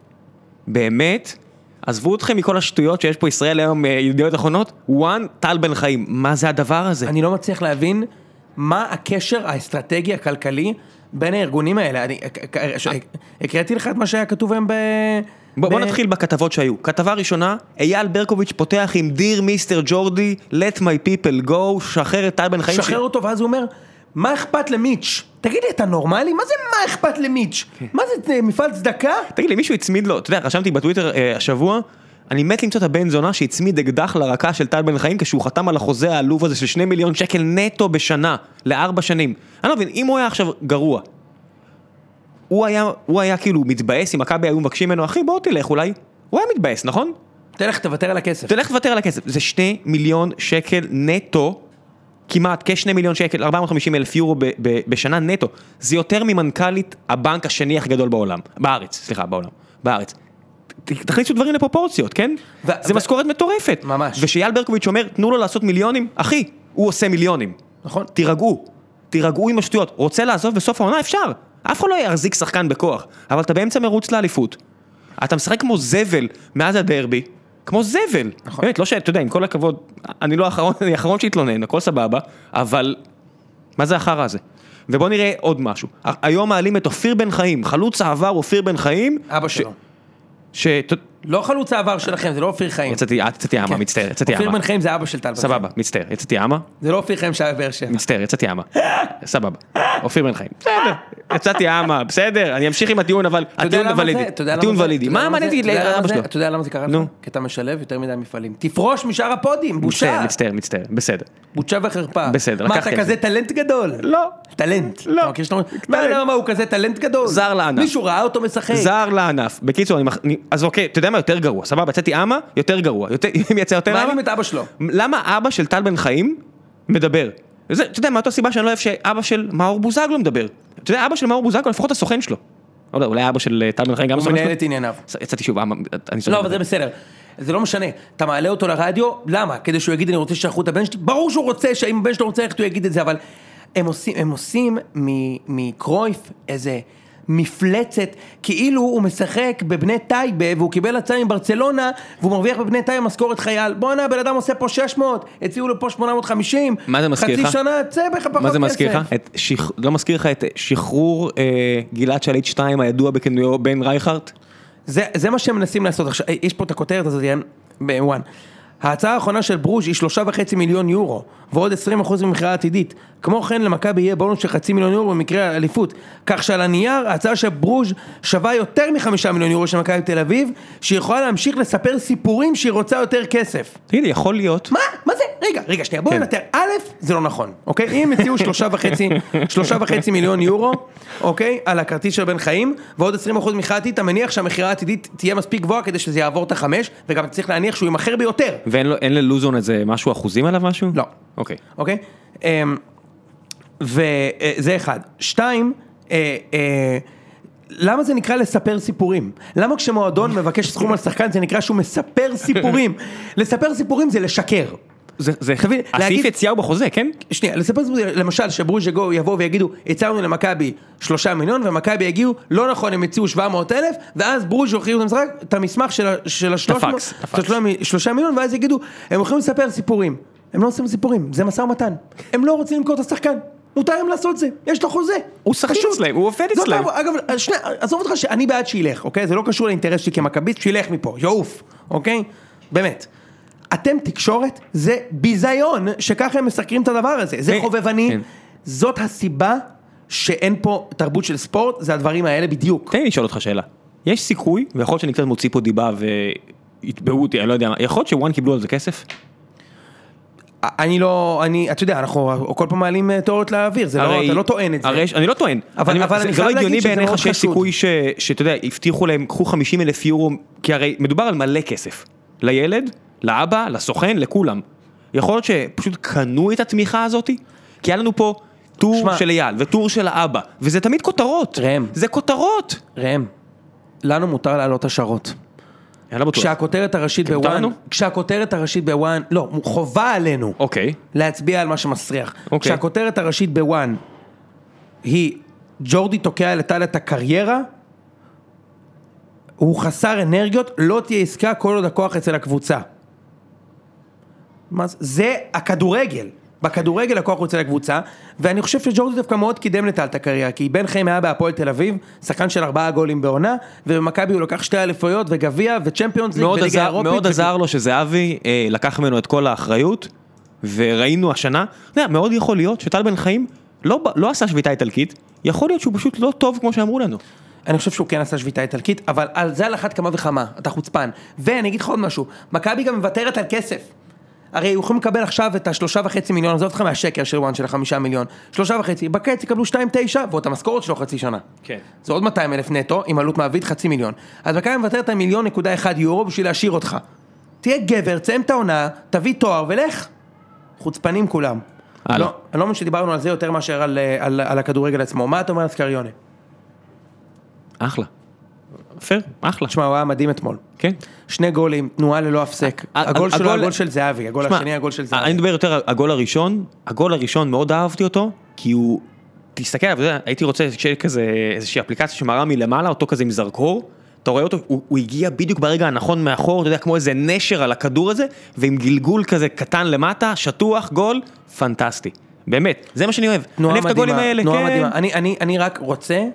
[SPEAKER 1] באמת, עזבו אתכם מכל השטויות שיש פה ישראל היום, ידיעות אחרונות, וואן, טל בן חיים, מה זה הדבר הזה?
[SPEAKER 2] אני לא מצליח להבין מה הקשר האסטרטגי הכלכלי בין הארגונים האלה. הקראתי לך את מה שהיה כתוב היום
[SPEAKER 1] בוא נתחיל בכתבות שהיו. כתבה ראשונה, אייל ברקוביץ' פותח עם דיר מיסטר ג'ורדי, let my people go, שחרר את טל בן חיים.
[SPEAKER 2] שחרר אותו, ואז הוא אומר, מה אכפת למיץ'? תגיד לי, אתה נורמלי? מה זה מה אכפת למיץ'? מה זה מפעל צדקה?
[SPEAKER 1] תגיד לי, מישהו הצמיד לו, אתה יודע, רשמתי בטוויטר השבוע, אני מת למצוא את הבן זונה שהצמיד אקדח לרקה של טל בן חיים, כשהוא חתם על החוזה העלוב הזה של 2 מיליון שקל נטו בשנה, ל4 שנים. אני לא מבין, אם הוא היה עכשיו גרוע, הוא היה כאילו מתבאס, אם מכבי היו מבקשים ממנו, אחי בוא תלך אולי, הוא היה מתבאס, נכון?
[SPEAKER 2] תלך תוותר על הכסף.
[SPEAKER 1] תלך תוותר על הכסף, זה 2 מיליון שקל נטו, כמעט כ2 מיליון שקל, 450,000 יורו בשנה נטו, זה יותר ממנכ"לית הבנק השני הכי גדול בעולם, בארץ. תכניסו דברים לפרופורציות, כן? זה משכורת מטורפת.
[SPEAKER 2] ממש.
[SPEAKER 1] ושייל ברקוביץ' אומר, תנו לו לעשות מיליונים, אחי, הוא עושה מיליונים.
[SPEAKER 2] נכון.
[SPEAKER 1] תירגעו עם השטויות, רוצה לעזוב בסוף העונה, אפשר. אף אחד לא יחזיק שחקן בכוח, אבל אתה באמצע מרוץ לאליפות. אתה משחק כמו זבל מאז הדרבי, כמו זבל.
[SPEAKER 2] נכון.
[SPEAKER 1] באמת, לא שאתה יודע, עם כל הכבוד, אני לא האחרון שהתלונן, הכל סבבה, אבל מה זה החרא הזה? ובוא נראה עוד משהו. היום מעלים את אופיר בן חיים, חלוץ העבר אופיר בן חיים.
[SPEAKER 2] אבא שלו. לא חלוץ העבר שלכם, זה לא אופיר חיים.
[SPEAKER 1] יצאתי אמה, מצטער, יצאתי אמה.
[SPEAKER 2] אופיר בן חיים זה אבא של טל בן חיים.
[SPEAKER 1] סבבה, מצטער, יצאתי אמה.
[SPEAKER 2] זה לא אופיר חיים שהיה בבאר שבע.
[SPEAKER 1] מצטער, יצאתי אמה. סבבה, אופיר בן חיים. בסדר, יצאתי אמה, בסדר, אני אמשיך עם הטיעון, אבל הטיעון ולידי. הטיעון ולידי. מה מעניינתי לאבא שלו?
[SPEAKER 2] אתה יודע למה זה קרה לך? כי אתה משלב יותר מדי מפעלים. תפרוש משאר הפודים, בושה.
[SPEAKER 1] מצטער, בסדר.
[SPEAKER 2] בושה וחרפה.
[SPEAKER 1] בסדר,
[SPEAKER 2] מה, אתה כזה טלנט גדול?
[SPEAKER 1] לא.
[SPEAKER 2] טלנט.
[SPEAKER 1] לא.
[SPEAKER 2] אתה יודע מה הוא כזה טלנט גדול?
[SPEAKER 1] זר לענף.
[SPEAKER 2] מישהו ראה אותו משחק.
[SPEAKER 1] זר לענף. בקיצור, אז אוקיי, אתה יודע מה יותר גרוע? סבבה, יצאתי אמה, יותר גרוע. אם יצא יותר אמה?
[SPEAKER 2] מעלים את אבא שלו.
[SPEAKER 1] למה אבא של טל בן חיים מדבר? אתה יודע, מה אותה סיבה שאני לא אוהב שאבא של מאור בוזגלו מדבר? אתה יודע, אבא של מאור בוזגלו, לפחות הסוכן שלו. אולי אבא של טל בן חיים גם הסוכן שלו?
[SPEAKER 2] הוא מנהל את ענייניו.
[SPEAKER 1] יצאתי שוב,
[SPEAKER 2] לא, אבל זה בסדר. זה לא משנה. אתה מעלה אותו לרדיו, למה? כדי שהוא יגיד, אני רוצה ששלחו את הבן שלי. ברור שהוא רוצה, שאם הבן שלו רוצה, איך הוא יגיד את זה, אבל הם עושים מקרויף איזה מפלצת, כאילו הוא משחק בבני טייבה, והוא קיבל הצעה מברצלונה, והוא מרוויח בבני טייבה משכורת חייל. בוא נה, בן אדם עושה פה 600, הציעו לו פה 850,
[SPEAKER 1] מה זה מזכיר לך?
[SPEAKER 2] חצי שנה, צא בך פחות כסף.
[SPEAKER 1] מה זה מזכיר לך? לא מזכיר לך את שחרור גלעד שליט 2 הידוע בכינויו בן רייכרט?
[SPEAKER 2] זה מה שהם מנסים לעשות. עכשיו, יש פה את הכותרת הזאת, בוואן. ההצעה האחרונה של ברוז' היא 3.5 מיליון יורו, ועוד 20% ממכירה עתידית. כמו כן, למכבי יהיה בונוס של 0.5 מיליון יורו במקרה האליפות. כך שעל הנייר, ההצעה של ברוז' שווה יותר מ5 מיליון יורו של מכבי תל אביב, שהיא יכולה להמשיך לספר סיפורים שהיא רוצה יותר כסף.
[SPEAKER 1] תגידי, יכול להיות...
[SPEAKER 2] מה זה? רגע, שנייה, בואו נתאר. א', זה לא נכון, אוקיי? אם הציעו 3.5 מיליון יורו, אוקיי? על הכרטיס של בן חיים, ועוד 20% מכירה עתידית, אתה מניח שהמכירה העתידית תהיה מספיק גבוהה כדי שזה יעבור את ה5, וגם צריך להניח שהוא ימכר ביותר.
[SPEAKER 1] ואין ללוזון איזה משהו אחוזים עליו משהו?
[SPEAKER 2] לא.
[SPEAKER 1] אוקיי.
[SPEAKER 2] וזה אחד. 2, למה זה נקרא לספר סיפורים? למה כשמועדון מבקש סכום על שחקן זה נקרא שהוא מספר סיפורים? לספר סיפורים זה לשקר.
[SPEAKER 1] הסעיף יציאו בחוזה, כן?
[SPEAKER 2] שנייה, לספר סיפורים, למשל שברוז' יבואו ויגידו, הצענו למכבי 3 מיליון, ומכבי יגיעו, לא נכון, הם הציעו 700,000, ואז ברוז' יוכיחו את המסמך של 3 מיליון, ואז יגידו, הם הולכים לספר סיפורים. הם לא עושים סיפורים, זה משא ומתן. הם לא רוצים למכור את השחקן. מותר להם לעשות זה, יש לו חוזה.
[SPEAKER 1] הוא שחקן אצלם, הוא עובד אצלם.
[SPEAKER 2] אגב, עזוב אותך שאני בעד שילך, אוקיי? זה לא קשור לאינטרס שלי כמכביסט, שילך מפה, יעוף, אוקיי? באמת. אתם תקשורת, זה ביזיון שככה הם מסקרים את הדבר הזה. זה חובבני, זאת הסיבה שאין פה תרבות של ספורט, זה הדברים האלה בדיוק.
[SPEAKER 1] תן לי לשאול אותך שאלה. יש סיכוי, ויכול להיות שאני קצת מוציא פה דיבה והתבעו אותי, אני לא יודע מה, יכול להיות שוואן קיבלו על זה כסף?
[SPEAKER 2] אתה יודע, אנחנו כל פעם מעלים תיאוריות לאוויר, אתה לא טוען את זה.
[SPEAKER 1] אני לא טוען, אבל זה לא הגיוני בעיניך שיש סיכוי שאתה יודע, הבטיחו להם, קחו 50,000 יורו, כי הרי מדובר על מלא כסף. לילד, לאבא, לסוכן, לכולם. יכול להיות שפשוט קנו את התמיכה הזאת, כי היה לנו פה טור של אייל וטור של האבא, וזה תמיד כותרות. זה כותרות.
[SPEAKER 2] ראם, לנו מותר לעלות השערות. כשהכותרת הראשית בוואן, לא, חובה עלינו להצביע על מה שמסריח. כשהכותרת הראשית בוואן היא ג'ורדי תוקע לטל את הקריירה, הוא חסר אנרגיות, לא תהיה עסקה כל עוד הכוח אצל הקבוצה. זה הכדורגל. בכדורגל הכוח הוא אצל הקבוצה, ואני חושב שג'ורדי דווקא מאוד קידם לטל את הקריירה, כי בן חיים היה בהפועל תל אביב, שחקן של 4 גולים בעונה, ובמכבי הוא לקח 2 אליפויות וגביע וצ'מפיונס ליג וליגה אירופית.
[SPEAKER 1] מאוד עזר לו שזהבי לקח ממנו את כל האחריות, וראינו השנה, מאוד יכול להיות שטל בן חיים לא עשה שביתה איטלקית, יכול להיות שהוא פשוט לא טוב כמו שאמרו לנו.
[SPEAKER 2] אני חושב שהוא כן עשה שביתה איטלקית, אבל על זה על אחת כמה וכמה, אתה חוצפן. ואני אגיד לך עוד משהו, מכבי גם מוותרת על כסף. הרי יכולים לקבל עכשיו את ה3.5 מיליון, עזוב אותך מהשקר של וואן של 5 מיליון, 3.5, בקיץ יקבלו 2.9, ועוד המשכורת שלו חצי שנה.
[SPEAKER 1] כן.
[SPEAKER 2] זה עוד 200,000 נטו, עם עלות מעביד 500,000. אז מכבי מוותר את ה1.1 יורו בשביל להשאיר אותך. תהיה גבר, ציים את העונה, תביא תואר ולך. חוצפנים כולם. לא, אני לא מבין שדיברנו על זה יותר מאשר על הכדורגל עצמו. מה אתה אומר על סקריונה?
[SPEAKER 1] אחלה. פייר, אחלה.
[SPEAKER 2] תשמע, הוא היה מדהים אתמול.
[SPEAKER 1] כן.
[SPEAKER 2] 2 גולים, תנועה ללא הפסק. הגול שלו, הגול של זהבי, הגול השני, הגול של זהבי.
[SPEAKER 1] אני מדבר יותר על הגול הראשון מאוד אהבתי אותו, כי הוא, תסתכל, הייתי רוצה שיהיה כזה איזושהי אפליקציה שמראה מלמעלה, אותו כזה עם זרקור, אתה רואה אותו, הוא הגיע בדיוק ברגע הנכון מאחור, אתה יודע, כמו איזה נשר על הכדור הזה, ועם גלגול כזה קטן למטה, שטוח, גול, פנטסטי. באמת, זה מה שאני אוהב. אני אוהב את הגולים האלה, כן.
[SPEAKER 2] אני רק רוצה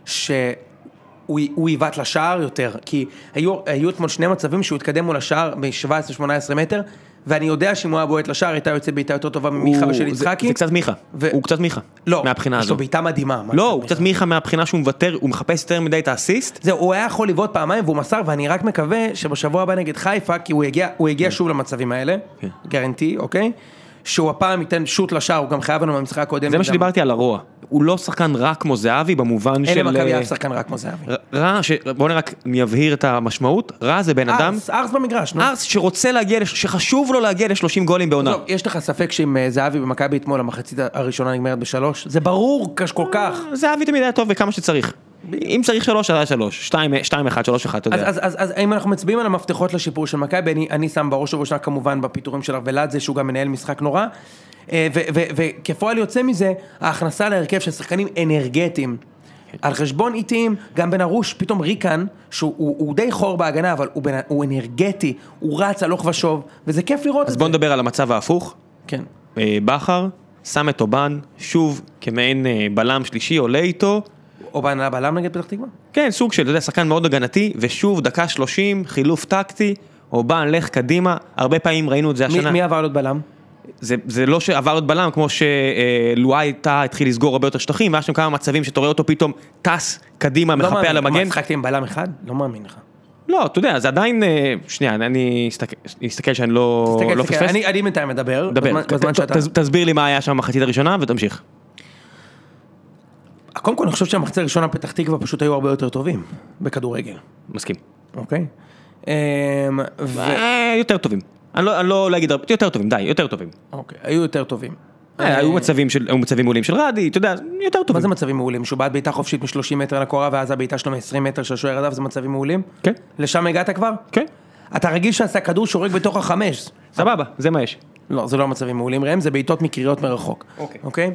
[SPEAKER 2] הוא יבט לשער יותר, כי היו אתמול 2 מצבים שהוא התקדם מול השער ב-17-18 מטר, ואני יודע שאם הוא היה בועט לשער, הייתה יוצא בעיטה יותר טובה ממיכה ושל יצחקי.
[SPEAKER 1] זה קצת מיכה, הוא קצת מיכה, מהבחינה הזו.
[SPEAKER 2] יש לו בעיטה מדהימה.
[SPEAKER 1] לא, הוא קצת מיכה מהבחינה שהוא מוותר, הוא מחפש יותר מדי את האסיסט.
[SPEAKER 2] זהו, הוא היה יכול לבעוט פעמיים והוא מסר, ואני רק מקווה שבשבוע הבא נגד חיפה, כי הוא הגיע שוב למצבים האלה, גרנטי, אוקיי? שהוא הפעם ייתן שוט לשער, הוא גם חייב לנו במשחק הקודם.
[SPEAKER 1] זה מה שדיברתי על הרוע. הוא לא שחקן רע כמו זהבי במובן של...
[SPEAKER 2] אין למכבי אף שחקן רע כמו זהבי.
[SPEAKER 1] רע, בואו רק נבהיר את המשמעות, רע זה בן אדם...
[SPEAKER 2] ארס במגרש, נו.
[SPEAKER 1] ארס שרוצה להגיע, שחשוב לו להגיע ל-30 גולים בעונה.
[SPEAKER 2] יש לך ספק שאם זהבי במכבי אתמול, המחצית הראשונה נגמרת ב3? זה ברור כל כך.
[SPEAKER 1] זהבי תמיד היה טוב וכמה שצריך. אם צריך 3, אז 3, 2, 1, 3, 1, אתה יודע.
[SPEAKER 2] אז אם אנחנו מצביעים על המפתחות לשיפור של מכבי, אני שם בראש ובראשונה כמובן בפיטורים של ולאדזה, שהוא גם מנהל משחק נורא, וכפועל יוצא מזה, ההכנסה להרכב של שחקנים אנרגטיים, על חשבון איטיים, גם בן ארוש, פתאום ריקן, שהוא די חור בהגנה, אבל הוא אנרגטי, הוא רץ הלוך ושוב, וזה כיף לראות את זה.
[SPEAKER 1] אז בוא נדבר על המצב ההפוך.
[SPEAKER 2] כן.
[SPEAKER 1] בכר, שם את אובן, שוב, כמעין בלם שלישי, עולה איתו,
[SPEAKER 2] אובן היה בלם נגד פתח תקווה?
[SPEAKER 1] כן, סוג של, אתה יודע, שחקן מאוד הגנתי, ושוב, דקה 30, חילוף טקטי, אובן, לך קדימה, הרבה פעמים ראינו את זה השנה.
[SPEAKER 2] מי עבר להיות בלם?
[SPEAKER 1] זה לא שעבר להיות בלם, כמו שלואי התחיל לסגור הרבה יותר שטחים, והיה שם כמה מצבים שתורא אותו פתאום טס קדימה, מחפה על המגן.
[SPEAKER 2] מה, שחקתי עם בלם אחד? לא מאמין לך.
[SPEAKER 1] לא, אתה יודע, זה עדיין, שנייה, אני אסתכל שאני לא פספס.
[SPEAKER 2] אני בינתיים מדבר, בזמן שאתה...
[SPEAKER 1] תסביר לי מה היה שם במחצית הראשונה, ותמשיך.
[SPEAKER 2] קודם כל, אני חושב שהמחצית הראשונה פתח תקווה פשוט היו הרבה יותר טובים, בכדורגל.
[SPEAKER 1] מסכים.
[SPEAKER 2] אוקיי?
[SPEAKER 1] יותר טובים. אני לא להגיד, יותר טובים, די, יותר טובים.
[SPEAKER 2] אוקיי, היו יותר טובים.
[SPEAKER 1] היו מצבים מעולים של רדי, אתה יודע, יותר טובים.
[SPEAKER 2] מה זה מצבים מעולים? שהוא בעט בעיטה חופשית מ-30 מטר לקורה, ואז הבעיטה שלו מ-20 מטר של שוער עדיו, זה מצבים מעולים?
[SPEAKER 1] כן.
[SPEAKER 2] לשם הגעת כבר?
[SPEAKER 1] כן.
[SPEAKER 2] אתה רגיל שעשה כדור שורק בתוך החמש.
[SPEAKER 1] סבבה, זה מה יש.
[SPEAKER 2] לא, זה לא מצבים מעולים, ראם, זה בעיטות מקריות מרחוק. אוקיי?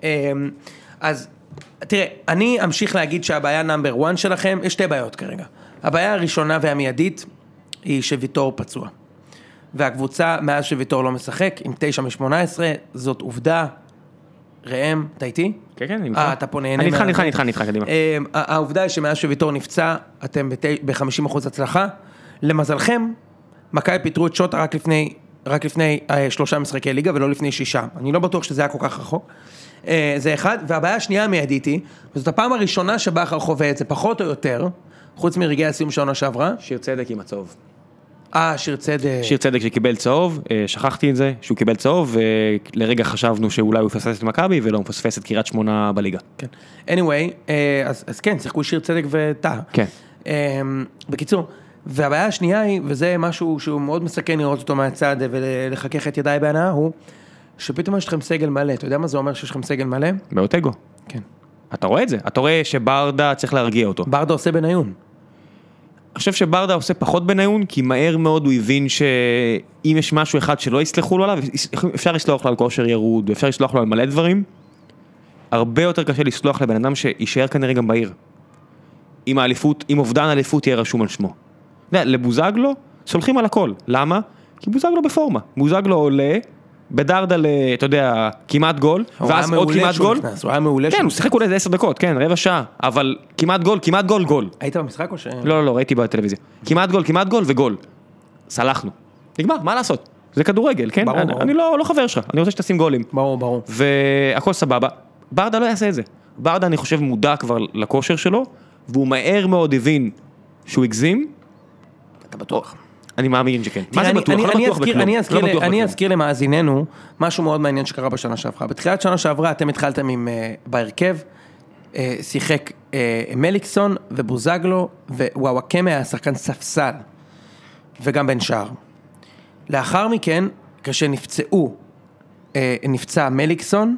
[SPEAKER 2] אז, תראה, אני אמשיך להגיד שהבעיה נאמבר 1 שלכם, יש 2 בעיות כרגע. הבעיה הראשונה והמיידית היא שוויטור פצוע. והקבוצה, מאז שוויטור לא משחק, עם 9-18, זאת עובדה. ראם, אתה איתי?
[SPEAKER 1] כן, כן, אני
[SPEAKER 2] אתה פה נהנה.
[SPEAKER 1] אני איתך, קדימה.
[SPEAKER 2] העובדה היא שמאז שוויטור נפצע, אתם ב-50% הצלחה. למזלכם, מכבי פיטרו את שוטה רק לפני 3 משחקי ליגה, ולא לפני 6. אני לא בטוח שזה היה כל כך רחוק. זה אחד, והבעיה השנייה המיידית היא, וזאת הפעם הראשונה שבכר חווה את זה, פחות או יותר, חוץ מרגעי הסיום שעונה שעברה.
[SPEAKER 1] שיר צדק עם הצהוב.
[SPEAKER 2] שיר צדק.
[SPEAKER 1] שיר צדק שקיבל צהוב, שכחתי את זה, שהוא קיבל צהוב, ולרגע חשבנו שאולי הוא יפספס את מכבי, ולא הוא מפספס את קריית שמונה בליגה.
[SPEAKER 2] כן. anyway, אז כן, שיחקו שיר צדק וטה.
[SPEAKER 1] כן.
[SPEAKER 2] בקיצור, והבעיה השנייה היא, וזה משהו שהוא מאוד מסכן לראות אותו מהצד, ולחכך את ידיי בהנאה, הוא שפתאום יש לכם סגל מלא. אתה יודע מה זה אומר שיש לכם סגל מלא?
[SPEAKER 1] באוטגו.
[SPEAKER 2] כן.
[SPEAKER 1] אתה רואה את זה? אתה רואה שברדה צריך להרגיע אותו.
[SPEAKER 2] ברדה עושה בניון.
[SPEAKER 1] אני חושב שברדה עושה פחות בניון, כי מהר מאוד הוא הבין שאם יש משהו אחד שלא יסלחו לו עליו, אפשר לסלוח לו על כושר ירוד, ואפשר לסלוח לו על מלא דברים, הרבה יותר קשה לסלוח לבן אדם שישאר כנראה גם בעיר. עם האליפות, עם אובדן האליפות יהיה רשום על שמו. לבוזגלו סולחים על הכל. למה? כי בוזגלו בפורמה. בוזגלו עולה, בדרדל, אתה יודע, כמעט גול, ואז עוד כמעט גול.
[SPEAKER 2] הוא היה מעולה.
[SPEAKER 1] כן, הוא שיחק אולי 10 דקות, כן, רבע שעה, אבל כמעט גול, גול.
[SPEAKER 2] היית במשחק או ש...
[SPEAKER 1] לא, ראיתי בטלוויזיה. כמעט גול וגול. סלחנו. נגמר, מה לעשות? זה כדורגל, כן?
[SPEAKER 2] ברור.
[SPEAKER 1] אני לא חבר שלך, אני רוצה שתשים גולים.
[SPEAKER 2] ברור.
[SPEAKER 1] והכל סבבה. ברדה לא יעשה את זה. ברדה, אני חושב, מודע כבר לכושר שלו, והוא מהר מאוד הבין שהוא הגזים.
[SPEAKER 2] אתה בטוח?
[SPEAKER 1] אני מאמין שכן. מה זה בטוח? לא בטוח בכלום.
[SPEAKER 2] אני אזכיר למאזיננו משהו מאוד מעניין שקרה בשנה שעברה. בתחילת שנה שעברה אתם התחלתם בהרכב, שיחק מליקסון ובוזגלו, ווואקמה היה שחקן ספסל, וגם בן שער. לאחר מכן, כשנפצעו, נפצע מליקסון,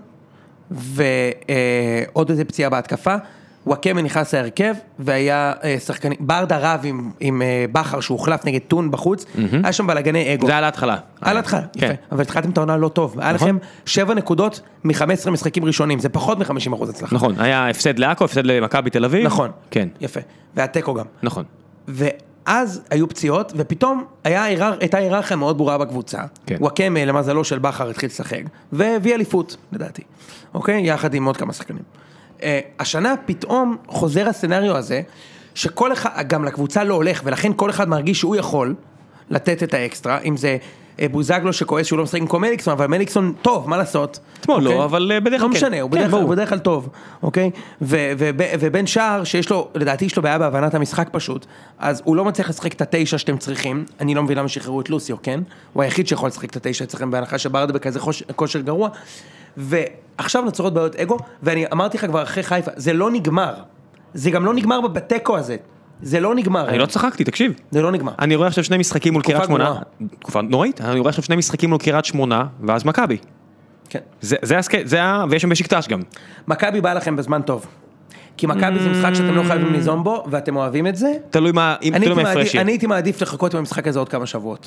[SPEAKER 2] ועוד איזה פציעה בהתקפה, וואקמה נכנס להרכב, והיה שחקנים, ברדה רב עם בחר שהוא הוחלף נגד טון בחוץ, היה שם בלגני אגו.
[SPEAKER 1] זה על ההתחלה.
[SPEAKER 2] על ההתחלה, יפה. אבל התחלתם את העונה לא טוב. היה לכם 7 נקודות מ-15 משחקים ראשונים, זה פחות מ-50% הצלחה.
[SPEAKER 1] נכון, היה הפסד לעכו, הפסד למכבי תל אביב.
[SPEAKER 2] נכון,
[SPEAKER 1] כן.
[SPEAKER 2] יפה. והטקו גם.
[SPEAKER 1] נכון.
[SPEAKER 2] ואז היו פציעות, ופתאום הייתה היררכיה מאוד ברורה בקבוצה. וואקמה, למזלו של בחר, התחיל לשחק, והביא אליפות, לדעתי. אוקיי? יחד עם עוד כמה שחקנים. השנה פתאום חוזר הסצנריו הזה, שכל אחד, גם לקבוצה לא הולך, ולכן כל אחד מרגיש שהוא יכול לתת את האקסטרה, אם זה בוזגלו שכועס שהוא לא משחק עם כמו מליקסון, אבל מליקסון טוב, מה לעשות?
[SPEAKER 1] אתמול לא, אבל בדרך כלל
[SPEAKER 2] לא משנה, הוא בדרך כלל טוב, אוקיי? ובן שער, שיש לו, לדעתי יש לו בעיה בהבנת המשחק פשוט, אז הוא לא מצליח לשחק את ה9 שאתם צריכים, אני לא מבין למה שחררו את לוסיו, כן? הוא היחיד שיכול לשחק את ה9 אצלכם בהנחה שברדה בכזה כושר גרוע, ועכשיו נוצרות בעיות אגו, ואני אמרתי לך כבר אחרי חיפה, זה לא נגמר, זה גם לא נגמר בבטקו הזה, זה לא נגמר.
[SPEAKER 1] אני לא צחקתי, תקשיב.
[SPEAKER 2] זה לא נגמר.
[SPEAKER 1] אני רואה עכשיו 2 משחקים מול קריית שמונה. תקופה נוראית. אני רואה עכשיו 2 משחקים מול קריית שמונה, ואז מכבי. כן. ויש שם בשקטש גם.
[SPEAKER 2] מכבי בא לכם בזמן טוב. כי מכבי זה משחק שאתם לא חייבים ליזום בו, ואתם אוהבים את זה.
[SPEAKER 1] תלוי מה הפרשים.
[SPEAKER 2] אני הייתי מעדיף לחכות במשחק הזה עוד כמה שבועות.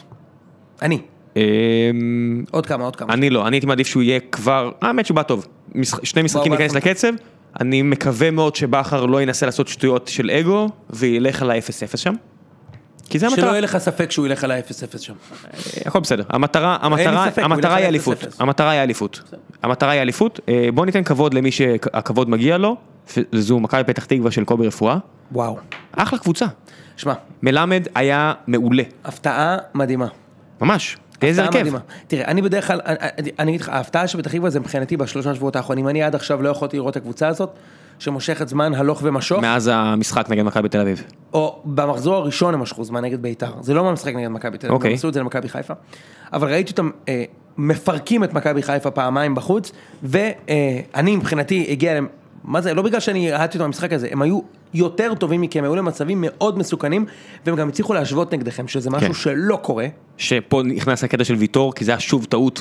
[SPEAKER 2] עוד כמה.
[SPEAKER 1] אני לא, אני הייתי מעדיף שהוא יהיה כבר, האמת שהוא בא טוב. 2 משחקים להיכנס לקצב. אני מקווה מאוד שבחר לא ינסה לעשות שטויות של אגו, וילך על ה-0-0 שם. כי זה המטרה.
[SPEAKER 2] שלא יהיה לך ספק שהוא ילך על ה-0-0 שם.
[SPEAKER 1] הכל בסדר. המטרה היא אליפות. המטרה היא אליפות. בוא ניתן כבוד למי שהכבוד מגיע לו, זו מכבי פתח תקווה של קובי רפואה.
[SPEAKER 2] וואו.
[SPEAKER 1] אחלה קבוצה.
[SPEAKER 2] שמע.
[SPEAKER 1] מלמד היה מעולה.
[SPEAKER 2] הפתעה מדהימה.
[SPEAKER 1] ממש. איזה הרכב.
[SPEAKER 2] תראה, אני בדרך כלל, אני אגיד לך, ההפתעה שבפתח תקווה זה מבחינתי בשלושה שבועות האחרונים. אני עד עכשיו לא יכולתי לראות את הקבוצה הזאת, שמושכת זמן הלוך ומשוך.
[SPEAKER 1] מאז המשחק נגד מכבי בתל אביב.
[SPEAKER 2] או במחזור הראשון הם משכו זמן נגד ביתר. זה לא משחק נגד מכבי בתל אביב, הם עשו את זה למכבי חיפה. אבל ראיתי אותם מפרקים את מכבי חיפה פעמיים בחוץ, ואני מבחינתי הגיע להם, מה זה, לא בגלל שאני ראיתי אותם במשחק הזה, הם היו יותר טובים מכם, היו למצבים מאוד מסוכנים, והם גם הצליחו להשוות נגדכם, שזה משהו שלא קורה.
[SPEAKER 1] שפה נכנס לקטע של ויטור, כי זה היה שוב טעות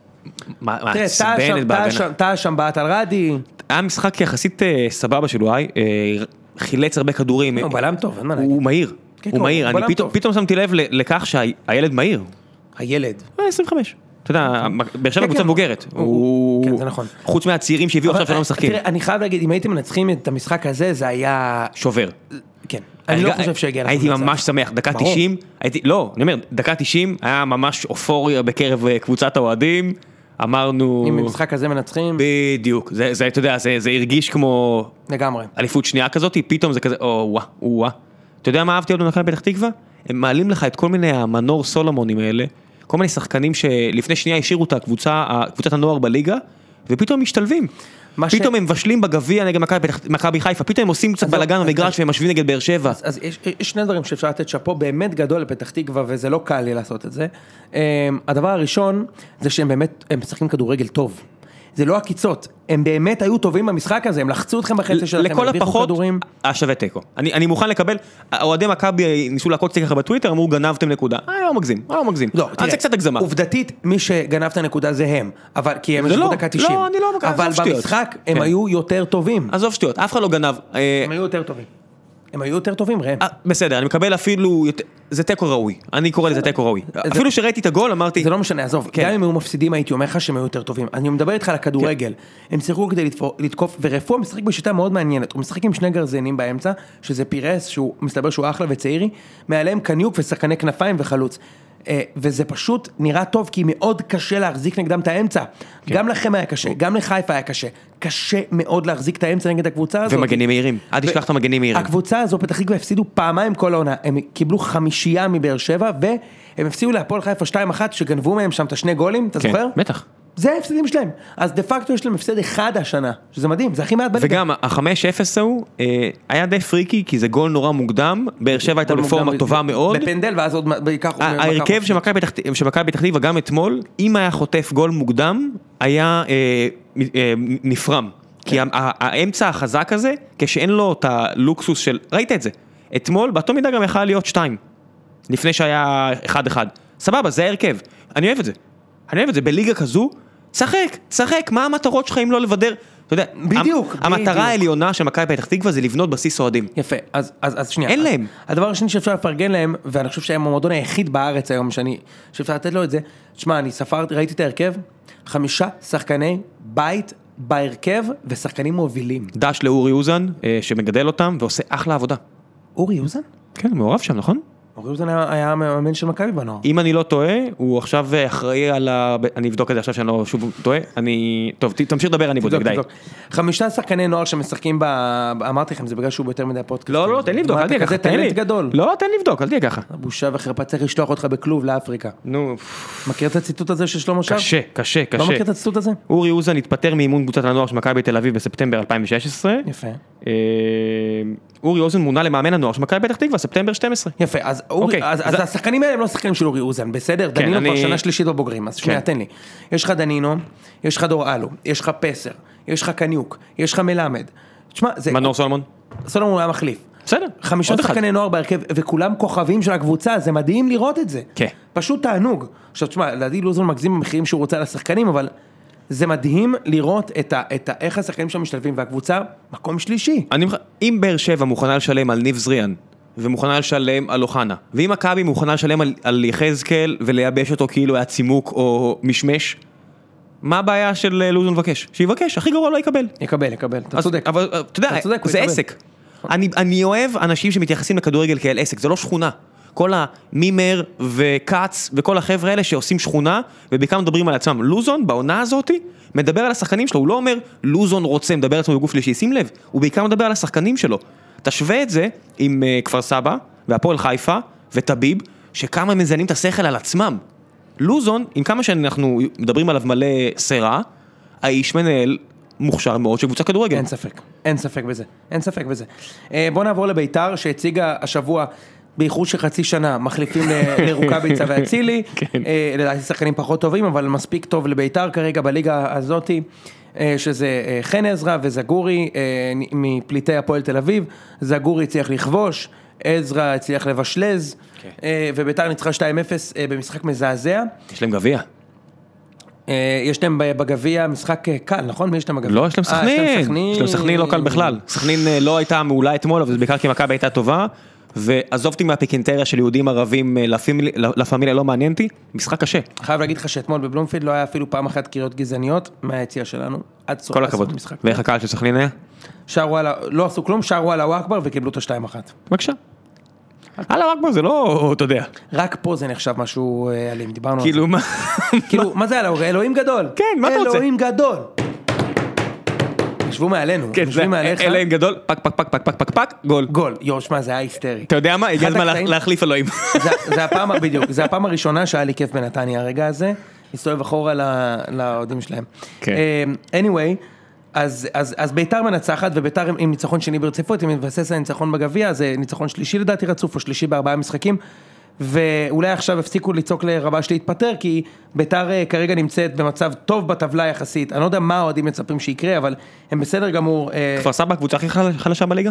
[SPEAKER 1] מעצבנת בהגנה.
[SPEAKER 2] תא שם בעט על רדי.
[SPEAKER 1] היה משחק יחסית סבבה שלו, חילץ הרבה כדורים.
[SPEAKER 2] הוא בלם טוב, אין מה להגיד.
[SPEAKER 1] הוא מהיר, הוא מהיר. אני פתאום שמתי לב לכך שהילד מהיר.
[SPEAKER 2] הילד.
[SPEAKER 1] 25. אתה יודע, באר שבע קבוצה מבוגרת.
[SPEAKER 2] כן, זה נכון.
[SPEAKER 1] חוץ מהצעירים שהביאו עכשיו שלא משחקים.
[SPEAKER 2] תראה, אני חייב להגיד, אם הייתם מנצחים את המשחק הזה, זה היה...
[SPEAKER 1] שובר.
[SPEAKER 2] כן. אני לא חושב שהגיע...
[SPEAKER 1] הייתי ממש שמח. דקה 90, לא, אני אומר, דקה 90 היה ממש אופוריה בקרב קבוצת האוהדים. אמרנו...
[SPEAKER 2] אם במשחק הזה מנצחים...
[SPEAKER 1] בדיוק. זה, אתה יודע, זה הרגיש כמו...
[SPEAKER 2] לגמרי.
[SPEAKER 1] אליפות שנייה כזאת, פתאום זה כזה, וואה. אתה יודע מה אהבתי עוד במכבי פתח תקווה? הם מעלים לך את כל מיני המנור סולומונים האלה, כל מיני שחקנים שלפני שנייה השאירו את קבוצת הנוער בליגה, ופתאום משתלבים. פתאום הם מבשלים בגביע נגד מכבי חיפה, פתאום הם עושים קצת בלגן במגרש והם משווים נגד באר שבע.
[SPEAKER 2] אז יש שני דברים שאפשר לתת שפו באמת גדול לפתח תקווה, וזה לא קל לי לעשות את זה. הדבר הראשון זה שהם באמת, הם משחקים כדורגל טוב. זה לא הקיצות, הם באמת היו טובים במשחק הזה, הם לחצו אתכם בחצי שלכם,
[SPEAKER 1] לכל הפחות, השווה תיקו. אני מוכן לקבל, האוהדי מכבי ניסו לעקוץ ככה בטוויטר, אמרו גנבתם נקודה. לא מגזים.
[SPEAKER 2] לא, תראה, זה קצת הגזמה. עובדתית, מי שגנב את הנקודה זה הם, אבל כי הם ישבו דקה 90.
[SPEAKER 1] לא, אני לא מגזים.
[SPEAKER 2] אבל במשחק הם היו יותר טובים.
[SPEAKER 1] עזוב שטויות, אף אחד לא גנב.
[SPEAKER 2] הם היו יותר טובים, ראם.
[SPEAKER 1] בסדר, אני מקבל אפילו, זה טקו ראוי, אני קורא לזה טקו ראוי. אפילו שראיתי את הגול, אמרתי...
[SPEAKER 2] זה לא משנה, עזוב, גם אם היו מפסידים, הייתי אומר לך שהם היו יותר טובים. אני מדבר איתך על הכדורגל. הם שיחקו כדי לתקוף, ורפואה משחק בשיטה מאוד מעניינת. הוא משחק עם שני גרזנים באמצע, שזה פירס, שהוא מסתבר שהוא אחלה וצעירי, מעליהם קניוק ושחקני כנפיים וחלוץ. וזה פשוט נראה טוב, כי מאוד קשה להחזיק נגדם את האמצע. גם לכם היה קשה, גם לחיפה היה קשה. קשה מאוד להחזיק את האמצע נגד הקבוצה הזאת.
[SPEAKER 1] ומגנים מהירים. אל תשכח את המגנים מהירים.
[SPEAKER 2] הקבוצה הזו פתח תקווה הפסידו פעמיים כל העונה. הם קיבלו 5 מבאר שבע, והם הפסידו להפועל חיפה 2-1, שגנבו מהם שם את 2 גולים, אתה זוכר?
[SPEAKER 1] בטח.
[SPEAKER 2] זה ההפסדים שלהם. אז דה פקטו יש להם הפסד אחד השנה, שזה מדהים, זה הכי מעט בליגה.
[SPEAKER 1] וגם ה-5-0 הוא היה די פריקי, כי זה גול נורא מוקדם, באר שבע הייתה בפורמה טובה מאוד.
[SPEAKER 2] בפנדל, ואז עוד ייקח...
[SPEAKER 1] ההרכב שמכבי פתח תקווה גם אתמול, אם היה חוטף גול מוקדם, היה נפרם. כי האמצע החזק הזה, כשאין לו את הלוקסוס של... ראית את זה? אתמול, באותו מידה גם יכולה להיות 2. לפני שהיה 1-1. סבבה, זה הרכב. אני אוהב את זה. אני אוהב את זה. בליגה כזו, שחק. מה המטרות שלך אם לא לבדר? אתה יודע,
[SPEAKER 2] בדיוק.
[SPEAKER 1] המטרה העליונה של מכבי פתח תקווה זה לבנות בסיס אוהדים.
[SPEAKER 2] יפה, אז שנייה.
[SPEAKER 1] אין להם.
[SPEAKER 2] הדבר השני שאפשר לפרגן להם, ואני חושב שהם המועדון היחיד בארץ היום שאפשר לתת לו את זה, תשמע, אני ספרתי, ראיתי את ההרכב, 5 שחקני בית בהרכב ושחקנים מובילים.
[SPEAKER 1] דש לאורי אוזן, שמגדל אותם ועושה אחלה עבודה.
[SPEAKER 2] אורי אוזן?
[SPEAKER 1] כן, מעורב שם, נכון?
[SPEAKER 2] אורי אוזן היה מאמן של מכבי בנוער.
[SPEAKER 1] אם אני לא טועה, הוא עכשיו אחראי על אני אבדוק את זה עכשיו שאני לא שוב טועה. טוב, תמשיך לדבר, אני בודק, די.
[SPEAKER 2] 5 שחקני נוער שמשחקים אמרתי לכם, זה בגלל שהוא ביותר מדי פודקאסט.
[SPEAKER 1] לא, תן לבדוק, אל תהיה ככה.
[SPEAKER 2] כזה טלנט גדול.
[SPEAKER 1] לא, תן לבדוק, אל תהיה ככה.
[SPEAKER 2] בושה וחרפה, צריך לשלוח אותך בכלוב לאפריקה.
[SPEAKER 1] נו.
[SPEAKER 2] מכיר את הציטוט הזה של שלמה שר?
[SPEAKER 1] קשה.
[SPEAKER 2] לא מכיר את הציטוט הזה?
[SPEAKER 1] אורי אוזן התפטר מאימון קבוצת הנוער של מכבי תל אביב בספטמבר 2016.
[SPEAKER 2] יפה.
[SPEAKER 1] אורי אוזן מונה למאמן הנוער של מכבי פתח תקווה, ספטמבר 12.
[SPEAKER 2] יפה, אז השחקנים האלה הם לא שחקנים של אורי אוזן, בסדר? דנינו כבר שנה שלישית בבוגרים, אז שנייה, תן לי. יש לך דנינו, יש לך דור אלו, יש לך פסר, יש לך קניוק, יש לך מלמד. תשמע, זה...
[SPEAKER 1] מנור סולומון?
[SPEAKER 2] סולומון היה מחליף.
[SPEAKER 1] בסדר.
[SPEAKER 2] 5 שחקני נוער בהרכב, וכולם כוכבים של הקבוצה, זה מדהים לראות את זה.
[SPEAKER 1] כן.
[SPEAKER 2] פשוט תענוג. עכשיו, תשמע, לדעתי לוזון מגזים במחירים שהוא רוצה לשחקנים, אבל זה מדהים לראות איך השחקנים שם משתלבים, והקבוצה, מקום שלישי.
[SPEAKER 1] אם באר שבע מוכנה לשלם על ניב זריאן, ומוכנה לשלם על אוחנה, ואם מכבי מוכנה לשלם על יחזקאל, ולייבש אותו כאילו היה צימוק או משמש, מה הבעיה של לוזון לבקש? שיבקש, הכי גרוע לא יקבל.
[SPEAKER 2] יקבל, אתה צודק.
[SPEAKER 1] אבל אתה יודע, זה עסק. אני אוהב אנשים שמתייחסים לכדורגל כאל עסק, זה לא שכונה. כל המימר וקאץ וכל החבר'ה האלה שעושים שכונה, ובעיקר מדברים על עצמם. לוזון, בעונה הזאת, מדבר על השחקנים שלו, הוא לא אומר, לוזון רוצה, מדבר על עצמו בגוף שלישי, שים לב, הוא בעיקר מדבר על השחקנים שלו. תשווה את זה עם כפר סבא, והפועל חיפה, וטביב, שכמה מזיינים את השכל על עצמם. לוזון, עם כמה שאנחנו מדברים עליו מלא סרה, האיש מנהל מוכשר מאוד של קבוצה כדורגל.
[SPEAKER 2] אין ספק בזה. בוא נעבור לביתר, שהציגה השבוע באיחור של חצי שנה, מחליפים לרוקאביצה ואצילי, לדעתי שחקנים פחות טובים, אבל מספיק טוב לביתר כרגע בליגה הזאת, שזה חן עזרא וזגורי מפליטי הפועל תל אביב, זגורי הצליח לכבוש, עזרא הצליח לבשלז, וביתר ניצחה 2-0 במשחק מזעזע.
[SPEAKER 1] יש להם גביע.
[SPEAKER 2] יש להם בגביע משחק קל, נכון? מי יש להם בגביע?
[SPEAKER 1] לא, יש להם סכנין. יש להם סכנין לא קל בכלל. סכנין לא הייתה מעולה אתמול, אבל זה בעיקר כי מכבי הייתה טובה, ועזובתי מהפיקינטריה של יהודים ערבים לפמיליה לא מעניינתי, משחק קשה.
[SPEAKER 2] חייב להגיד לך שאתמול בבלומפילד לא היה אפילו פעם אחת קריאות גזעניות מהיציאה שלנו, עד סוף
[SPEAKER 1] כל הכבוד. ואיך הקהל של סכנין היה?
[SPEAKER 2] שרו על, לא עשו כלום, שרו על הוואקבר וקיבלו את ה-2-1.
[SPEAKER 1] בבקשה. על הוואקבר זה לא, אתה יודע.
[SPEAKER 2] רק פה זה נחשב משהו אלים, דיברנו על זה.
[SPEAKER 1] כאילו מה?
[SPEAKER 2] כאילו, מה זה על אלוהים גדול?
[SPEAKER 1] כן, מה אתה רוצה?
[SPEAKER 2] אלוהים גדול. ישבו מעלינו,
[SPEAKER 1] ישבו מעליך. אלוהים גדול, פק, גול.
[SPEAKER 2] גול, יוש, מה, זה היה היסטרי.
[SPEAKER 1] אתה יודע מה? הגיע הזמן להחליף אלוהים. זה הפעם, בדיוק, זה הפעם הראשונה שהיה לי כיף בנתניה הרגע הזה, הסתובב אחורה לעודים שלהם. anyway, אז ביתר מנצחת, וביתר עם ניצחון שני ברציפות, אם מתבסס על ניצחון בגביע, זה ניצחון שלישי לדעתי רצוף, או שלישי ב4 משחקים, ואולי עכשיו הפסיקו לצעוק לרבש להתפטר, כי ביתר כרגע נמצאת במצב טוב בטבלה יחסית, אני לא יודע מה האוהדים מצפים שיקרה, אבל הם בסדר גמור. כפר סבא, הקבוצה הכי חלשה בליגה?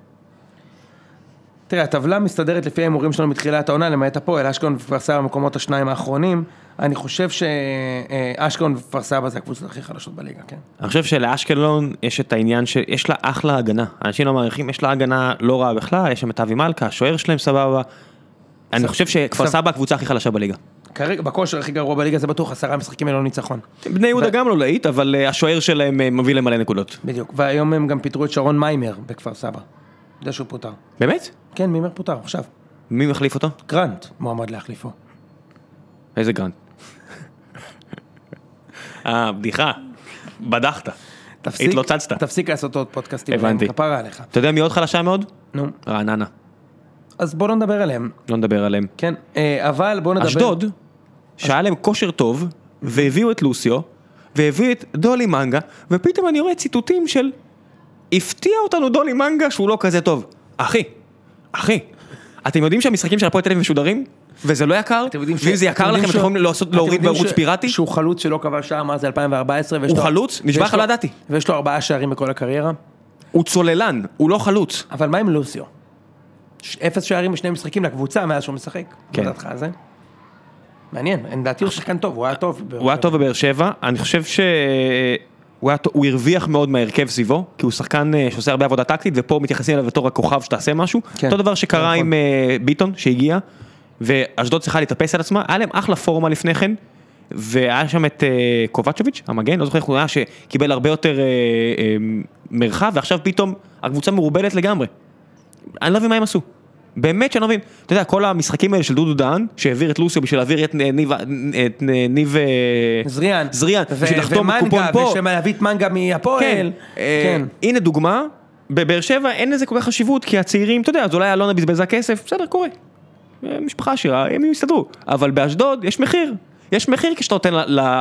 [SPEAKER 2] תראה, הטבלה מסתדרת לפי ההימורים שלנו מתחילת העונה, למעט הפועל, אשקלון וכפר סבא במקומות השניים האחרונים, אני חושב שאשקלון וכפר סבא זה הקבוצות הכי חלשות בליגה, כן?
[SPEAKER 1] אני חושב שלאשקלון יש את העניין שיש לה אחלה הגנה, אנשים לא מעריכים, יש לה הגנה לא רעה בכלל, יש שם את אבי מלכה, השוער שלהם סבבה, אני חושב שכפר סבא הקבוצה הכי חלשה בליגה.
[SPEAKER 2] כרגע, בכושר הכי גרוע בליגה זה בטוח 10 משחקים ללא ניצחון.
[SPEAKER 1] בני יהודה גם לא להיט, אבל השוער שלהם מביא להם מלא נקודות.
[SPEAKER 2] בדיוק, והיום הם גם פיטרו את שרון מיימר בכפר סבא. זה שהוא פוטר.
[SPEAKER 1] באמת?
[SPEAKER 2] כן, מיימר פוטר, עכשיו.
[SPEAKER 1] מי מחליף אותו?
[SPEAKER 2] גרנט, מועמד להחליפו.
[SPEAKER 1] איזה גרנט? בדיחה. בדחת. התלוצצת.
[SPEAKER 2] תפסיק לעשות עוד פודקאסטים.
[SPEAKER 1] הבנתי.
[SPEAKER 2] כפרה עליך.
[SPEAKER 1] אתה יודע מי עוד חלשה מאוד?
[SPEAKER 2] נו.
[SPEAKER 1] רעננה.
[SPEAKER 2] אז בוא לא נדבר עליהם.
[SPEAKER 1] לא נדבר עליהם.
[SPEAKER 2] כן, אבל בוא נדבר...
[SPEAKER 1] אשדוד, שהיה להם כושר טוב, והביאו את לוסיו, והביא את דולי מנגה, ופתאום אני רואה ציטוטים של, הפתיע אותנו דולי מנגה שהוא לא כזה טוב. אחי, אתם יודעים שהמשחקים של הפועל תל אביב משודרים? וזה לא יקר? ואם זה יקר לכם, אתם יכולים להוריד בערוץ פיראטי?
[SPEAKER 2] שהוא חלוץ שלא קבע שער, מה זה 2014?
[SPEAKER 1] הוא חלוץ? נשבע לך לא ידעתי.
[SPEAKER 2] ויש לו 4 שערים בכל הקריירה.
[SPEAKER 1] הוא צוללן, הוא לא חלוץ.
[SPEAKER 2] אבל מה עם לוסיו? 0 שערים ב2 משחקים לקבוצה מאז שהוא משחק.
[SPEAKER 1] כן.
[SPEAKER 2] לדעתך זה? מעניין, לדעתי הוא שחקן טוב, הוא היה טוב.
[SPEAKER 1] הוא היה טוב בבאר שבע, אני חושב הוא הרוויח מאוד מהרכב סביבו, כי הוא שחקן שעושה הרבה עבודה טקטית, ופה מתייחסים אליו בתור הכוכב שתעשה משהו. אותו דבר שקרה עם ביטון שהגיע, ואשדוד צריכה להתאפס על עצמה, היה להם אחלה פורמה לפני כן, והיה שם את קובצ'וביץ', המגן, לא זוכר איך הוא היה, שקיבל הרבה יותר מרחב, ועכשיו פתאום הקבוצה מרובלת לגמרי. אני לא מבין מה הם עשו. באמת שאני לא מבין. אתה יודע, כל המשחקים האלה של דודו דהן, שהעביר את לוסיו בשביל להעביר את ניב
[SPEAKER 2] זריאן,
[SPEAKER 1] בשביל לחתום קופון פה.
[SPEAKER 2] ושמלהביא את מנגה מהפועל.
[SPEAKER 1] כן. הנה דוגמה, בבאר שבע אין לזה כל כך חשיבות, כי הצעירים, אתה יודע, אז אולי אלונה בזבזה כסף, בסדר, קורה. משפחה עשירה, הם יסתדרו. אבל באשדוד יש מחיר. יש מחיר כשאתה נותן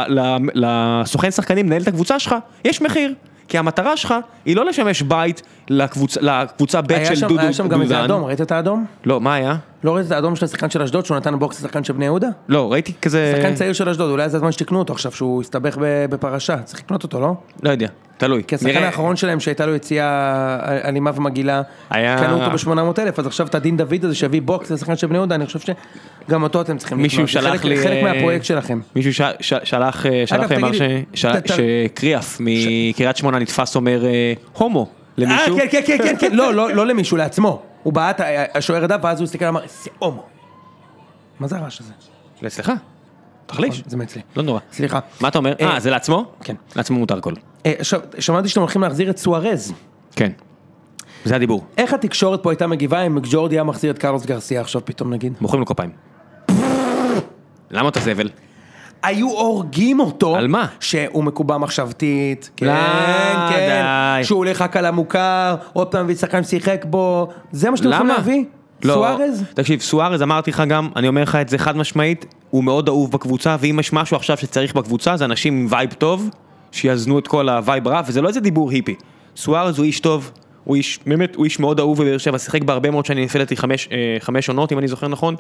[SPEAKER 1] לסוכן שחקנים לנהל את הקבוצה שלך, יש מחיר. כי המטרה שלך היא לא לשמש בית לקבוצה ב' של דודו.
[SPEAKER 2] היה שם גם איזה אדום, ראית את האדום?
[SPEAKER 1] לא, מה היה?
[SPEAKER 2] לא ראית את האדום של השחקן של אשדוד, שהוא נתן בוקס לשחקן של בני יהודה?
[SPEAKER 1] לא, ראיתי כזה...
[SPEAKER 2] שחקן צעיר של אשדוד, אולי זה הזמן שתקנו אותו עכשיו, שהוא הסתבך בפרשה, צריך לקנות אותו, לא?
[SPEAKER 1] לא יודע, תלוי.
[SPEAKER 2] כי השחקן האחרון שלהם שהייתה לו יציאה אלימה ומגילה, קנו אותו ב-800,000, אז עכשיו את הדין דוד הזה שהביא בוקס לשחקן של בני יהודה, אני חושב שגם אותו אתם צריכים לקנות, זה חלק מהפרויקט שלכם.
[SPEAKER 1] מישהו שלח אמר שקריאף מקריית שמונה נתפס אומר הומו למישהו.
[SPEAKER 2] כן, לא למישהו, לעצמו. הוא בעט, השוער ידע, ואז הוא הסתכל ואמר, זה הומו. מה זה הרעש הזה?
[SPEAKER 1] סליחה, תחליש.
[SPEAKER 2] זה מעצלי.
[SPEAKER 1] לא נורא.
[SPEAKER 2] סליחה.
[SPEAKER 1] מה אתה אומר? זה לעצמו?
[SPEAKER 2] כן.
[SPEAKER 1] לעצמו מותר הכל.
[SPEAKER 2] שמעתי שאתם הולכים להחזיר את סוארז.
[SPEAKER 1] כן. זה הדיבור.
[SPEAKER 2] איך התקשורת פה הייתה מגיבה אם ג'ורדי היה מחזיר את קרלוס גרסיה עכשיו פתאום נגיד?
[SPEAKER 1] מוחאים לו כפיים. למה אתה זבל?
[SPEAKER 2] היו הורגים אותו.
[SPEAKER 1] על מה?
[SPEAKER 2] שהוא מקובע מחשבתית. כן, כן. שהוא הולך רק על המוכר, עוד פעם מביא שחקן שיחק בו. זה מה שאתם יכולים להביא? סוארז?
[SPEAKER 1] תקשיב, סוארז, אמרתי לך גם, אני אומר לך את זה חד משמעית, הוא מאוד אהוב בקבוצה, ואם יש משהו עכשיו שצריך בקבוצה, זה אנשים עם וייב טוב, שיזנו את כל הווייב רע, וזה לא איזה דיבור היפי. סוארז הוא איש טוב, הוא איש, באמת, הוא איש מאוד אהוב בבאר שבע, שיחק בהרבה מאוד שאני נפלתי 5 עונות, אם אני זוכר נכון,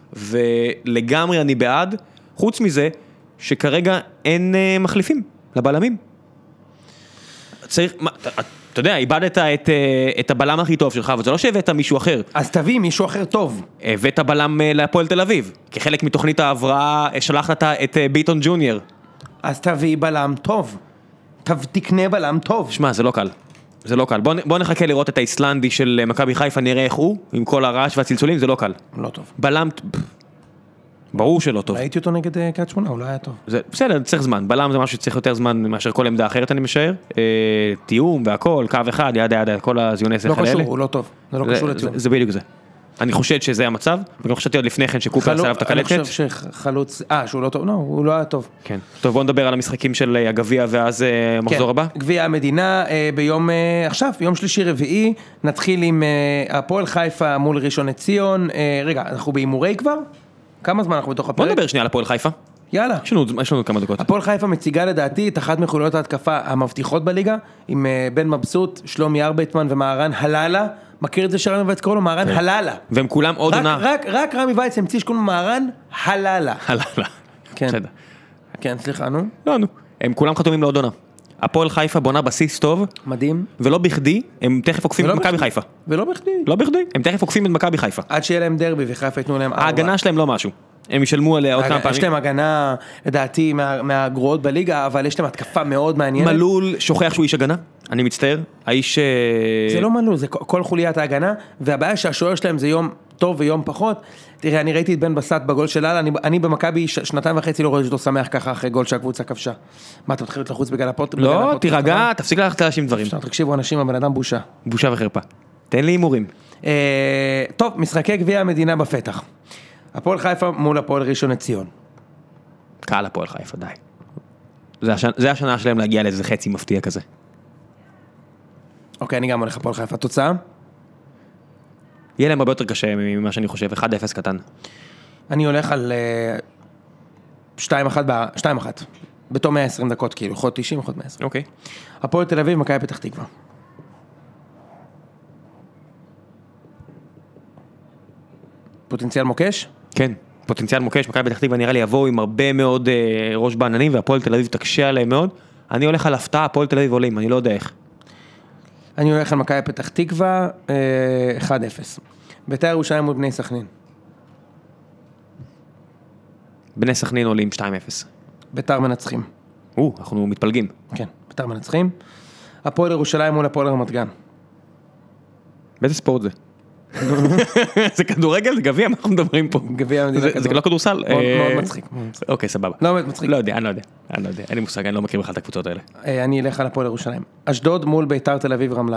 [SPEAKER 1] ולגמרי אני בעד, חוץ מזה, שכרגע אין מחליפים לבלמים. צריך, אתה יודע, איבדת את הבלם הכי טוב שלך, אבל זה לא שהבאת מישהו אחר.
[SPEAKER 2] אז תביא מישהו אחר טוב.
[SPEAKER 1] הבאת בלם להפועל תל אביב, כחלק מתוכנית ההבראה, שלחת את ביטון ג'וניור.
[SPEAKER 2] אז תביא בלם טוב. תקנה בלם טוב.
[SPEAKER 1] שמע, זה לא קל. זה לא קל. בוא נחכה לראות את האיסלנדי של מכבי חיפה, נראה איך הוא, עם כל הרעש והצלצולים, זה לא קל.
[SPEAKER 2] לא טוב.
[SPEAKER 1] בלם, ברור שלא טוב.
[SPEAKER 2] ראיתי אותו נגד קריית שמונה, הוא לא היה טוב.
[SPEAKER 1] בסדר, צריך זמן. בלם זה משהו שצריך יותר זמן מאשר כל עמדה אחרת, אני משער. תיאום והכל, קו אחד, יד, כל הזיוני שכל האלה.
[SPEAKER 2] לא קשור, הוא לא טוב. זה לא קשור לתיאום.
[SPEAKER 1] זה בדיוק זה. אני חושד שזה המצב, וגם חשבתי עוד לפני כן שקופר עשה עליו את הקלטת.
[SPEAKER 2] אני חושב שחלוץ, שהוא לא טוב, לא, הוא לא היה טוב.
[SPEAKER 1] כן. טוב, בוא נדבר על המשחקים של הגביע ואז המחזור הבא.
[SPEAKER 2] גביע המדינה, ביום, עכשיו, יום שלישי רביעי, נתחיל עם הפועל חיפה מול ראשון לציון. רגע, אנחנו באימורי כבר? כמה זמן אנחנו בתוך הפרק?
[SPEAKER 1] בוא נדבר שנייה על הפועל חיפה.
[SPEAKER 2] יאללה.
[SPEAKER 1] יש לנו כמה דקות.
[SPEAKER 2] הפועל חיפה מציגה לדעתי את אחת מחוליות ההתקפה המבטיחות בליגה, עם בן מבסוט, שלומי ארבייטמן ומהרן הללה. מכיר את זה שרמי וייץ קורא לו מהרן הללה.
[SPEAKER 1] והם כולם עוד עונה.
[SPEAKER 2] רק רמי וייץ המציא שקוראים לו מהרן הללה.
[SPEAKER 1] הללה.
[SPEAKER 2] כן. כן, סליחה, נו.
[SPEAKER 1] לא, נו. הם כולם חתומים לעוד עונה. הפועל חיפה בונה בסיס טוב.
[SPEAKER 2] מדהים.
[SPEAKER 1] ולא בכדי, הם תכף עוקפים את מכבי חיפה.
[SPEAKER 2] ולא בכדי.
[SPEAKER 1] לא בכדי, הם תכף עוקפים את מכבי חיפה.
[SPEAKER 2] עד שיהיה להם דרבי וחיפה יתנו להם 4.
[SPEAKER 1] ההגנה שלהם לא משהו. הם ישלמו עליה עוד כמה פעמים.
[SPEAKER 2] יש להם הגנה, לדעתי, מהגרועות בליגה, אבל יש להם התקפה מאוד מעניינת.
[SPEAKER 1] מלול שוכח שהוא איש הגנה, אני מצטער. האיש...
[SPEAKER 2] זה לא מלול, זה כל חוליית ההגנה, והבעיה שהשוער שלהם זה יום טוב ויום פחות. תראה, אני ראיתי את בן בסט בגול של הלאה, אני במכבי 2.5 לא רואה שאתה שמח ככה אחרי גול שהקבוצה כבשה. מה, אתה מתחיל לחוץ בגלל הפוט?
[SPEAKER 1] לא, תירגע, תפסיק ללכת להאשים דברים.
[SPEAKER 2] תקשיבו אנשים, הבן אדם בושה.
[SPEAKER 1] בושה וחרפה. תן לי הימורים.
[SPEAKER 2] טוב, משחקי גביע המדינה בפתח. הפועל חיפה מול הפועל ראשון לציון.
[SPEAKER 1] קהל הפועל חיפה, די. זה השנה שלהם להגיע לאיזה חצי מפתיע כזה.
[SPEAKER 2] אוקיי, אני גם הולך הפועל חיפה. תוצאה?
[SPEAKER 1] יהיה להם הרבה יותר קשה ממה שאני חושב, 1-0 קטן.
[SPEAKER 2] אני הולך על 2-1. בתום 120 דקות, כאילו, חוד 90, חוד 120.
[SPEAKER 1] אוקיי.
[SPEAKER 2] הפועל תל אביב, מכבי פתח תקווה. פוטנציאל מוקש?
[SPEAKER 1] כן, פוטנציאל מוקש, מכבי פתח תקווה נראה לי יבואו עם הרבה מאוד ראש בעננים, והפועל תל אביב תקשה עליהם מאוד. אני הולך על הפתעה, הפועל תל אביב עולים, אני לא יודע איך.
[SPEAKER 2] אני הולך על מכבי פתח תקווה, 1-0. בית"ר ירושלים מול בני סכנין.
[SPEAKER 1] בני סכנין עולים 2-0.
[SPEAKER 2] בית"ר מנצחים.
[SPEAKER 1] אנחנו מתפלגים.
[SPEAKER 2] כן, בית"ר מנצחים. הפועל ירושלים מול הפועל רמת גן.
[SPEAKER 1] באיזה ספורט זה? זה כדורגל? זה גביע? מה אנחנו מדברים פה?
[SPEAKER 2] גביע המדינה
[SPEAKER 1] זה לא כדורסל?
[SPEAKER 2] מאוד מצחיק.
[SPEAKER 1] אוקיי, סבבה.
[SPEAKER 2] לא באמת מצחיק.
[SPEAKER 1] לא יודע, אני לא יודע. אין לי מושג, אני לא מכיר בכלל את הקבוצות האלה.
[SPEAKER 2] אני אלך על הפועל ירושלים. אשדוד מול בית"ר תל אביב רמלה.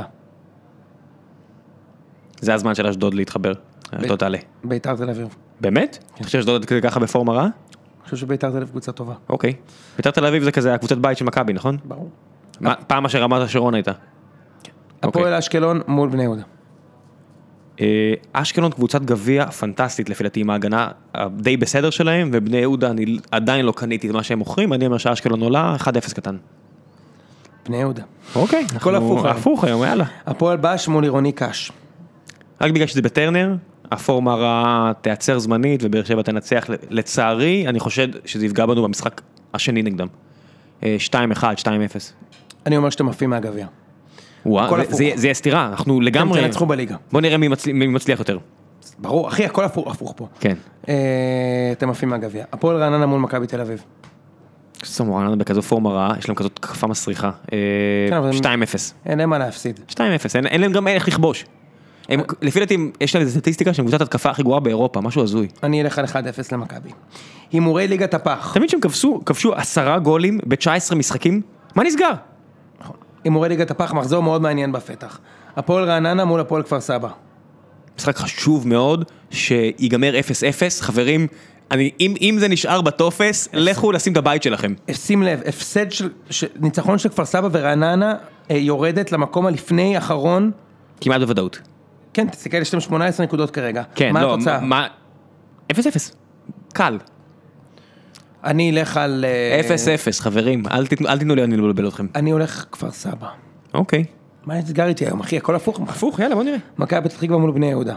[SPEAKER 1] זה הזמן של אשדוד להתחבר. אשדוד תעלה.
[SPEAKER 2] בית"ר תל אביב.
[SPEAKER 1] באמת? אתה חושב שאשדוד ככה בפורמה רע?
[SPEAKER 2] אני חושב שבית"ר תל אביב קבוצה טובה.
[SPEAKER 1] אוקיי. בית"ר תל אביב זה כזה הקבוצת בית של מכבי, נכון?
[SPEAKER 2] ברור.
[SPEAKER 1] פעם מה שרמת השרון הייתה.
[SPEAKER 2] הפועל אשקלון מול בני יהודה.
[SPEAKER 1] אשקלון קבוצת גביע פנטסטית לפי דעתי עם ההגנה די בסדר שלהם, ובני יהודה אני עדיין לא קניתי את מה שהם מוכרים, אני אומר שאשקלון עולה 1-0 קטן.
[SPEAKER 2] בני יהודה.
[SPEAKER 1] אוקיי,
[SPEAKER 2] הכל הפוך.
[SPEAKER 1] הפוך היום, יאללה.
[SPEAKER 2] הפועל בש מול עירוני קש.
[SPEAKER 1] רק בגלל שזה בטרנר, הפורמה הרעה תיעצר זמנית ובאר שבע תנצח, לצערי אני חושב שזה יפגע בנו במשחק השני נגדם. 2-1, 2-0.
[SPEAKER 2] אני אומר שאתם עפים מהגביע.
[SPEAKER 1] זה יהיה סתירה, אנחנו לגמרי...
[SPEAKER 2] אתם תנצחו בליגה.
[SPEAKER 1] בוא נראה מי מצליח יותר.
[SPEAKER 2] ברור, אחי, הכל הפוך פה.
[SPEAKER 1] כן.
[SPEAKER 2] אתם עפים מהגביע. הפועל רעננה מול מכבי תל אביב.
[SPEAKER 1] סמו, רעננה בכזו פורמה רעה, יש להם כזאת תקפה מסריחה. 2-0.
[SPEAKER 2] אין להם מה להפסיד.
[SPEAKER 1] 2-0, אין להם גם איך לכבוש. לפי דעתי, יש להם סטטיסטיקה שהם קבוצת התקפה הכי גרועה באירופה, משהו הזוי.
[SPEAKER 2] אני אלך על 1-0 למכבי. הימורי ליגת הפח.
[SPEAKER 1] תמיד שהם כבשו 10 גולים ב-19 משחקים, מה נסגר?
[SPEAKER 2] הימורי ליגת הפח, מחזור מאוד מעניין בפתח. הפועל רעננה מול הפועל כפר סבא.
[SPEAKER 1] משחק חשוב מאוד, שיגמר 0-0, חברים, אם זה נשאר בטופס, לכו לשים את הבית שלכם.
[SPEAKER 2] שים לב, הפסד ניצחון של כפר סבא ורעננה יורדת למקום הלפני האחרון.
[SPEAKER 1] כמעט בוודאות.
[SPEAKER 2] כן, תסתכל, יש להם 18 נקודות כרגע.
[SPEAKER 1] כן,
[SPEAKER 2] מה
[SPEAKER 1] לא,
[SPEAKER 2] התוצאה?
[SPEAKER 1] 0-0, קל.
[SPEAKER 2] אני אלך על...
[SPEAKER 1] 0-0, חברים, אל תיתנו לי אני לבלבל אתכם.
[SPEAKER 2] אני הולך כפר סבא.
[SPEAKER 1] אוקיי.
[SPEAKER 2] מה נסגר איתי היום, אחי? הכל הפוך.
[SPEAKER 1] הפוך, יאללה, בוא נראה.
[SPEAKER 2] מכבי פתח תקווה מול בני יהודה.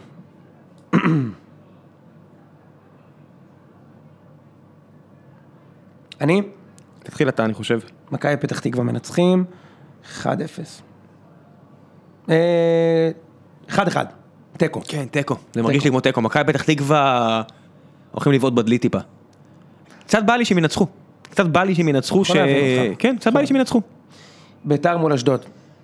[SPEAKER 1] תתחיל אתה, אני חושב.
[SPEAKER 2] מכבי פתח תקווה מנצחים, 1-0. 1-1. תיקו.
[SPEAKER 1] כן, תיקו. זה מרגיש לי כמו תיקו. מכבי פתח תקווה הולכים לבעוט בדלי טיפה. קצת בא לי שהם ינצחו. כן, קצת בא לי שהם ינצחו.
[SPEAKER 2] בית"ר מול אשדוד.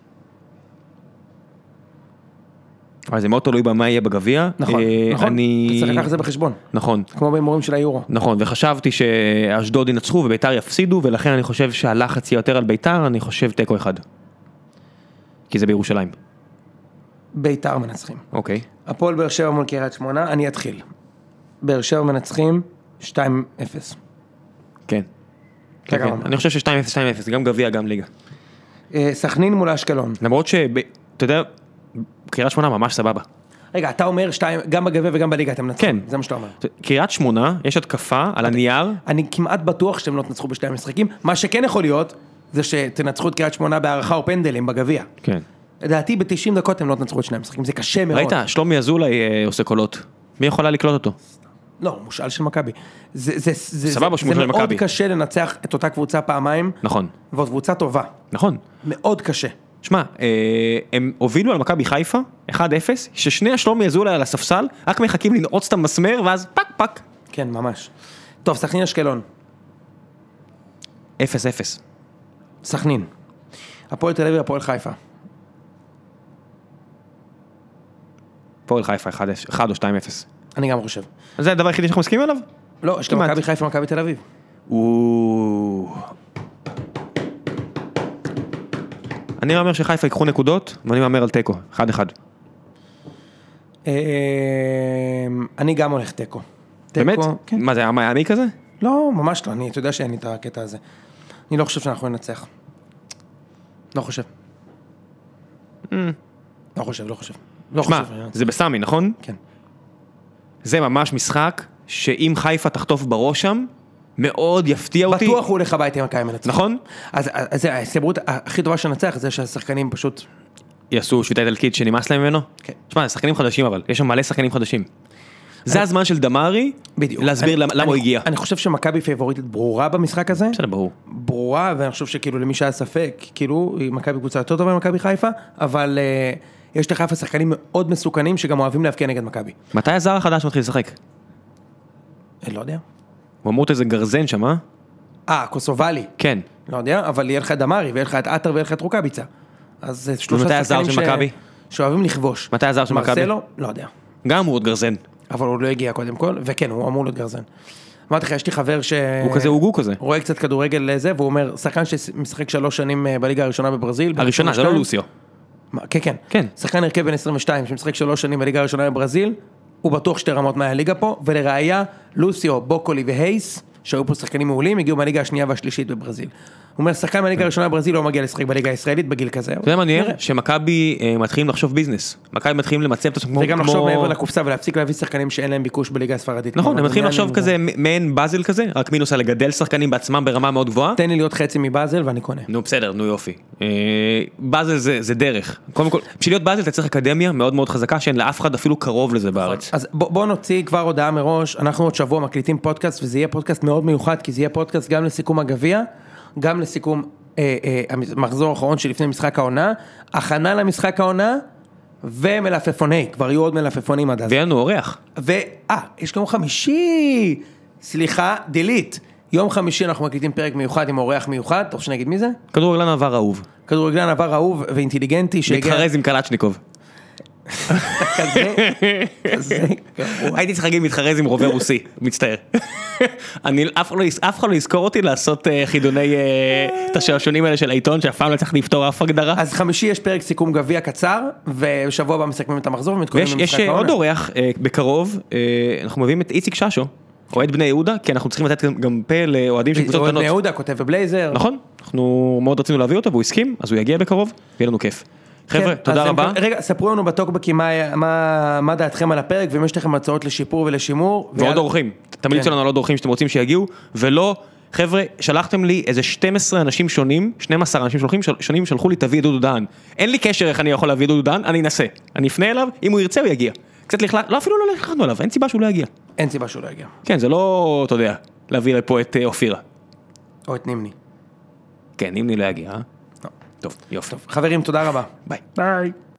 [SPEAKER 1] אבל זה מאוד תלוי במה יהיה בגביע.
[SPEAKER 2] נכון. אתה צריך לקחת את זה בחשבון.
[SPEAKER 1] נכון.
[SPEAKER 2] כמו בהימורים של היורו.
[SPEAKER 1] נכון, וחשבתי שאשדוד ינצחו ובית"ר יפסידו, ולכן אני חושב שהלחץ יהיה יותר על בית"ר, אני חושב תיקו 1. כי זה בירושלים.
[SPEAKER 2] בית"ר מנצחים.
[SPEAKER 1] אוקיי.
[SPEAKER 2] הפועל באר שבע מול קריית שמונה, אני אתחיל. באר שבע מנצחים 2-0.
[SPEAKER 1] כן. אני חושב ש2-0, זה גם גביע, גם ליגה.
[SPEAKER 2] סכנין מול אשקלון.
[SPEAKER 1] למרות אתה יודע, קריית שמונה ממש סבבה.
[SPEAKER 2] רגע, אתה אומר גם בגביע וגם בליגה אתם נצחים.
[SPEAKER 1] כן.
[SPEAKER 2] זה מה שאתה אומר.
[SPEAKER 1] קריית שמונה, יש התקפה על הנייר.
[SPEAKER 2] אני כמעט בטוח שאתם לא תנצחו בשתי המשחקים. מה שכן יכול להיות, זה שתנצחו את קריית שמונה בהערכה או פנדלים בגביע.
[SPEAKER 1] כן.
[SPEAKER 2] לדעתי ב-90 דקות הם לא תנצחו את שני המשחקים, זה קשה מאוד.
[SPEAKER 1] ראית, שלומי אזולאי עושה קולות. מי יכולה לקלוט אותו?
[SPEAKER 2] לא, מושאל של מכבי.
[SPEAKER 1] סבבה, שמושאל
[SPEAKER 2] זה
[SPEAKER 1] מכבי.
[SPEAKER 2] מאוד קשה לנצח את אותה קבוצה פעמיים.
[SPEAKER 1] נכון.
[SPEAKER 2] ועוד קבוצה טובה.
[SPEAKER 1] נכון.
[SPEAKER 2] מאוד קשה.
[SPEAKER 1] שמע, הם הובילו על מכבי חיפה, 1-0, ששני השלומי אזולאי על הספסל, רק מחכים לנעוץ את המסמר, ואז פק פק.
[SPEAKER 2] כן, ממש. טוב, סכנין אשקלון.
[SPEAKER 1] 0-0.
[SPEAKER 2] סכנין. הפועל תל אביב, הפועל חיפה.
[SPEAKER 1] הפועל חיפה, 1 או 2-0.
[SPEAKER 2] אני גם חושב.
[SPEAKER 1] זה הדבר היחידי שאנחנו מסכימים עליו?
[SPEAKER 2] לא, יש גם מכבי חיפה, מכבי תל אביב.
[SPEAKER 1] אני אומר שחיפה ייקחו נקודות, ואני אומר על תיקו, 1-1.
[SPEAKER 2] אני גם הולך תיקו.
[SPEAKER 1] באמת? מה זה, היה מיאמי כזה?
[SPEAKER 2] לא, ממש לא, אתה יודע שאין לי את הקטע הזה. אני לא חושב שאנחנו ננצח. לא חושב. לא חושב.
[SPEAKER 1] שמע, זה בסמי, נכון?
[SPEAKER 2] כן.
[SPEAKER 1] זה ממש משחק, שאם חיפה תחטוף בראש שם, מאוד יפתיע אותי.
[SPEAKER 2] בטוח הוא הולך הביתה עם מכבי מנצחים.
[SPEAKER 1] נכון?
[SPEAKER 2] אז זה ההסתברות הכי טובה שנצח, זה שהשחקנים פשוט...
[SPEAKER 1] יעשו שביתה איטלקית שנמאס להם ממנו?
[SPEAKER 2] כן.
[SPEAKER 1] תשמע, שחקנים חדשים אבל, יש שם מלא שחקנים חדשים. זה הזמן של דמרי,
[SPEAKER 2] בדיוק.
[SPEAKER 1] להסביר למה הוא הגיע.
[SPEAKER 2] אני חושב שמכבי פייבוריטית ברורה במשחק הזה.
[SPEAKER 1] בסדר, ברור.
[SPEAKER 2] ברורה, ואני חושב שכאילו למי שהיה ספק, כאילו, מכבי קבוצה יותר טובה ממכבי חיפה, אבל יש לחיפה שחקנים מאוד מסוכנים שגם אוהבים להבקיע נגד מכבי.
[SPEAKER 1] מתי הזר החדש מתחיל לשחק?
[SPEAKER 2] אני לא יודע.
[SPEAKER 1] הוא אמור איזה גרזן שם,
[SPEAKER 2] קוסובלי.
[SPEAKER 1] כן.
[SPEAKER 2] לא יודע, אבל יהיה לך את דמרי, ויהיה לך את עטר, ויהיה לך את רוקאביצה. אז זה שלושה שחקנים שאוהבים לכבוש.
[SPEAKER 1] מתי הזר של מכבי?
[SPEAKER 2] מרסלו? לא יודע.
[SPEAKER 1] גם הוא עוד גרזן.
[SPEAKER 2] אבל הוא לא הגיע קודם כל, וכן, הוא אמור להיות גרזן. אמרתי לך, יש לי חבר
[SPEAKER 1] הוא כזה, הוא כזה.
[SPEAKER 2] רואה קצת כדורגל לזה, והוא אומר, שחקן שמשחק 3 שנים בליגה הראשונה בברזיל.
[SPEAKER 1] הראשונה, זה לא לוסיו.
[SPEAKER 2] כן, כן.
[SPEAKER 1] כן.
[SPEAKER 2] שחקן הרכב בן 22, שמשחק 3 שנים בליגה הראשונה בברזיל, הוא בטוח 2 רמות מהליגה פה, ולראיה, לוסיו, בוקולי והייס, שהיו פה שחקנים מעולים, הגיעו מהליגה השנייה והשלישית בברזיל. הוא אומר, שחקן מהליגה הראשונה בברזיל לא מגיע לשחק בליגה הישראלית בגיל כזה.
[SPEAKER 1] זה מעניין שמכבי מתחילים לחשוב ביזנס. מכבי מתחילים למצב את עצמם כמו...
[SPEAKER 2] וגם לחשוב מעבר לקופסה ולהפסיק להביא שחקנים שאין להם ביקוש בליגה הספרדית.
[SPEAKER 1] נכון, הם מתחילים לחשוב כזה מעין בזל כזה, רק מינוס על לגדל שחקנים בעצמם ברמה מאוד גבוהה.
[SPEAKER 2] תן לי להיות חצי מבאזל ואני קונה.
[SPEAKER 1] נו בסדר, נו יופי. בזל זה דרך. קודם כל, בשביל להיות בזל אתה צריך אקדמיה מאוד מאוד חזקה שאין לאף אחד אפילו קרוב לזה בארץ.
[SPEAKER 2] אז בוא נוציא כבר הודעה מראש, אנחנו עוד שבוע מקליטים פודקאסט וזה יהיה פודקאסט מאוד מיוחד, כי זה יהיה פודקאסט גם לסיכום הגביע, גם לסיכום המחזור האחרון שלפני משחק העונה, הכנה למשחק העונה ומלפפוני, כבר יהיו עוד מלפפונים עד אז.
[SPEAKER 1] ויהיה לנו אורח.
[SPEAKER 2] יש יום חמישי, סליחה, דילית. יום חמישי אנחנו מקליטים פרק מיוחד עם אורח מיוחד, אתה רוצה שנגיד מי זה?
[SPEAKER 1] כדורגלן עבר אהוב.
[SPEAKER 2] כדורגלן עבר אהוב ואינטליגנטי.
[SPEAKER 1] מתחרז עם קלצ'ניקוב.
[SPEAKER 2] כזה.
[SPEAKER 1] הייתי צריך להגיד מתחרז עם רובה רוסי, מצטער. אף אחד לא יזכור אותי לעשות חידוני את השעשונים האלה של העיתון, שאף פעם לא צריך לפתור אף הגדרה.
[SPEAKER 2] אז חמישי יש פרק סיכום גביע קצר, ושבוע הבא מסכמים את המחזור ומתכוננים
[SPEAKER 1] למשחק העונה. יש עוד אורח בקרוב, אנחנו מביאים את איציק ששו, אוהד בני יהודה, כי אנחנו צריכים לתת גם פה לאוהדים של קבוצות קטנות.
[SPEAKER 2] אוהד בני יהודה, כותב בבלייזר.
[SPEAKER 1] נכון, אנחנו מאוד רצינו להביא אותו, והוא הסכים, אז הוא יגיע בקרוב, ויהיה לנו כיף. חבר'ה, תודה רבה.
[SPEAKER 2] רגע, ספרו לנו בטוקבקים מה דעתכם על הפרק, ואם יש לכם הצעות לשיפור ולשימור.
[SPEAKER 1] ועוד אורחים, תמליצו לנו על עוד אורחים שאתם רוצים שיגיעו, ולא, חבר'ה, שלחתם לי איזה 12 אנשים שונים, 12 אנשים שונים שלחו לי תביא את דודו דהן. אין לי קשר איך אני יכול להביא את דודו דהן, אני אנסה. אני אפנה אליו, אם הוא ירצה הוא יגיע. קצת לא, אפילו לא לחלנו עליו, אין סיבה שהוא לא יגיע.
[SPEAKER 2] אין סיבה שהוא לא יגיע.
[SPEAKER 1] כן, זה לא, אתה יודע, להביא לפה את אופירה.
[SPEAKER 2] או את נימני.
[SPEAKER 1] כן, נימני לא יגיע, טוב, יופי.
[SPEAKER 2] חברים, תודה רבה.
[SPEAKER 1] ביי.
[SPEAKER 2] ביי.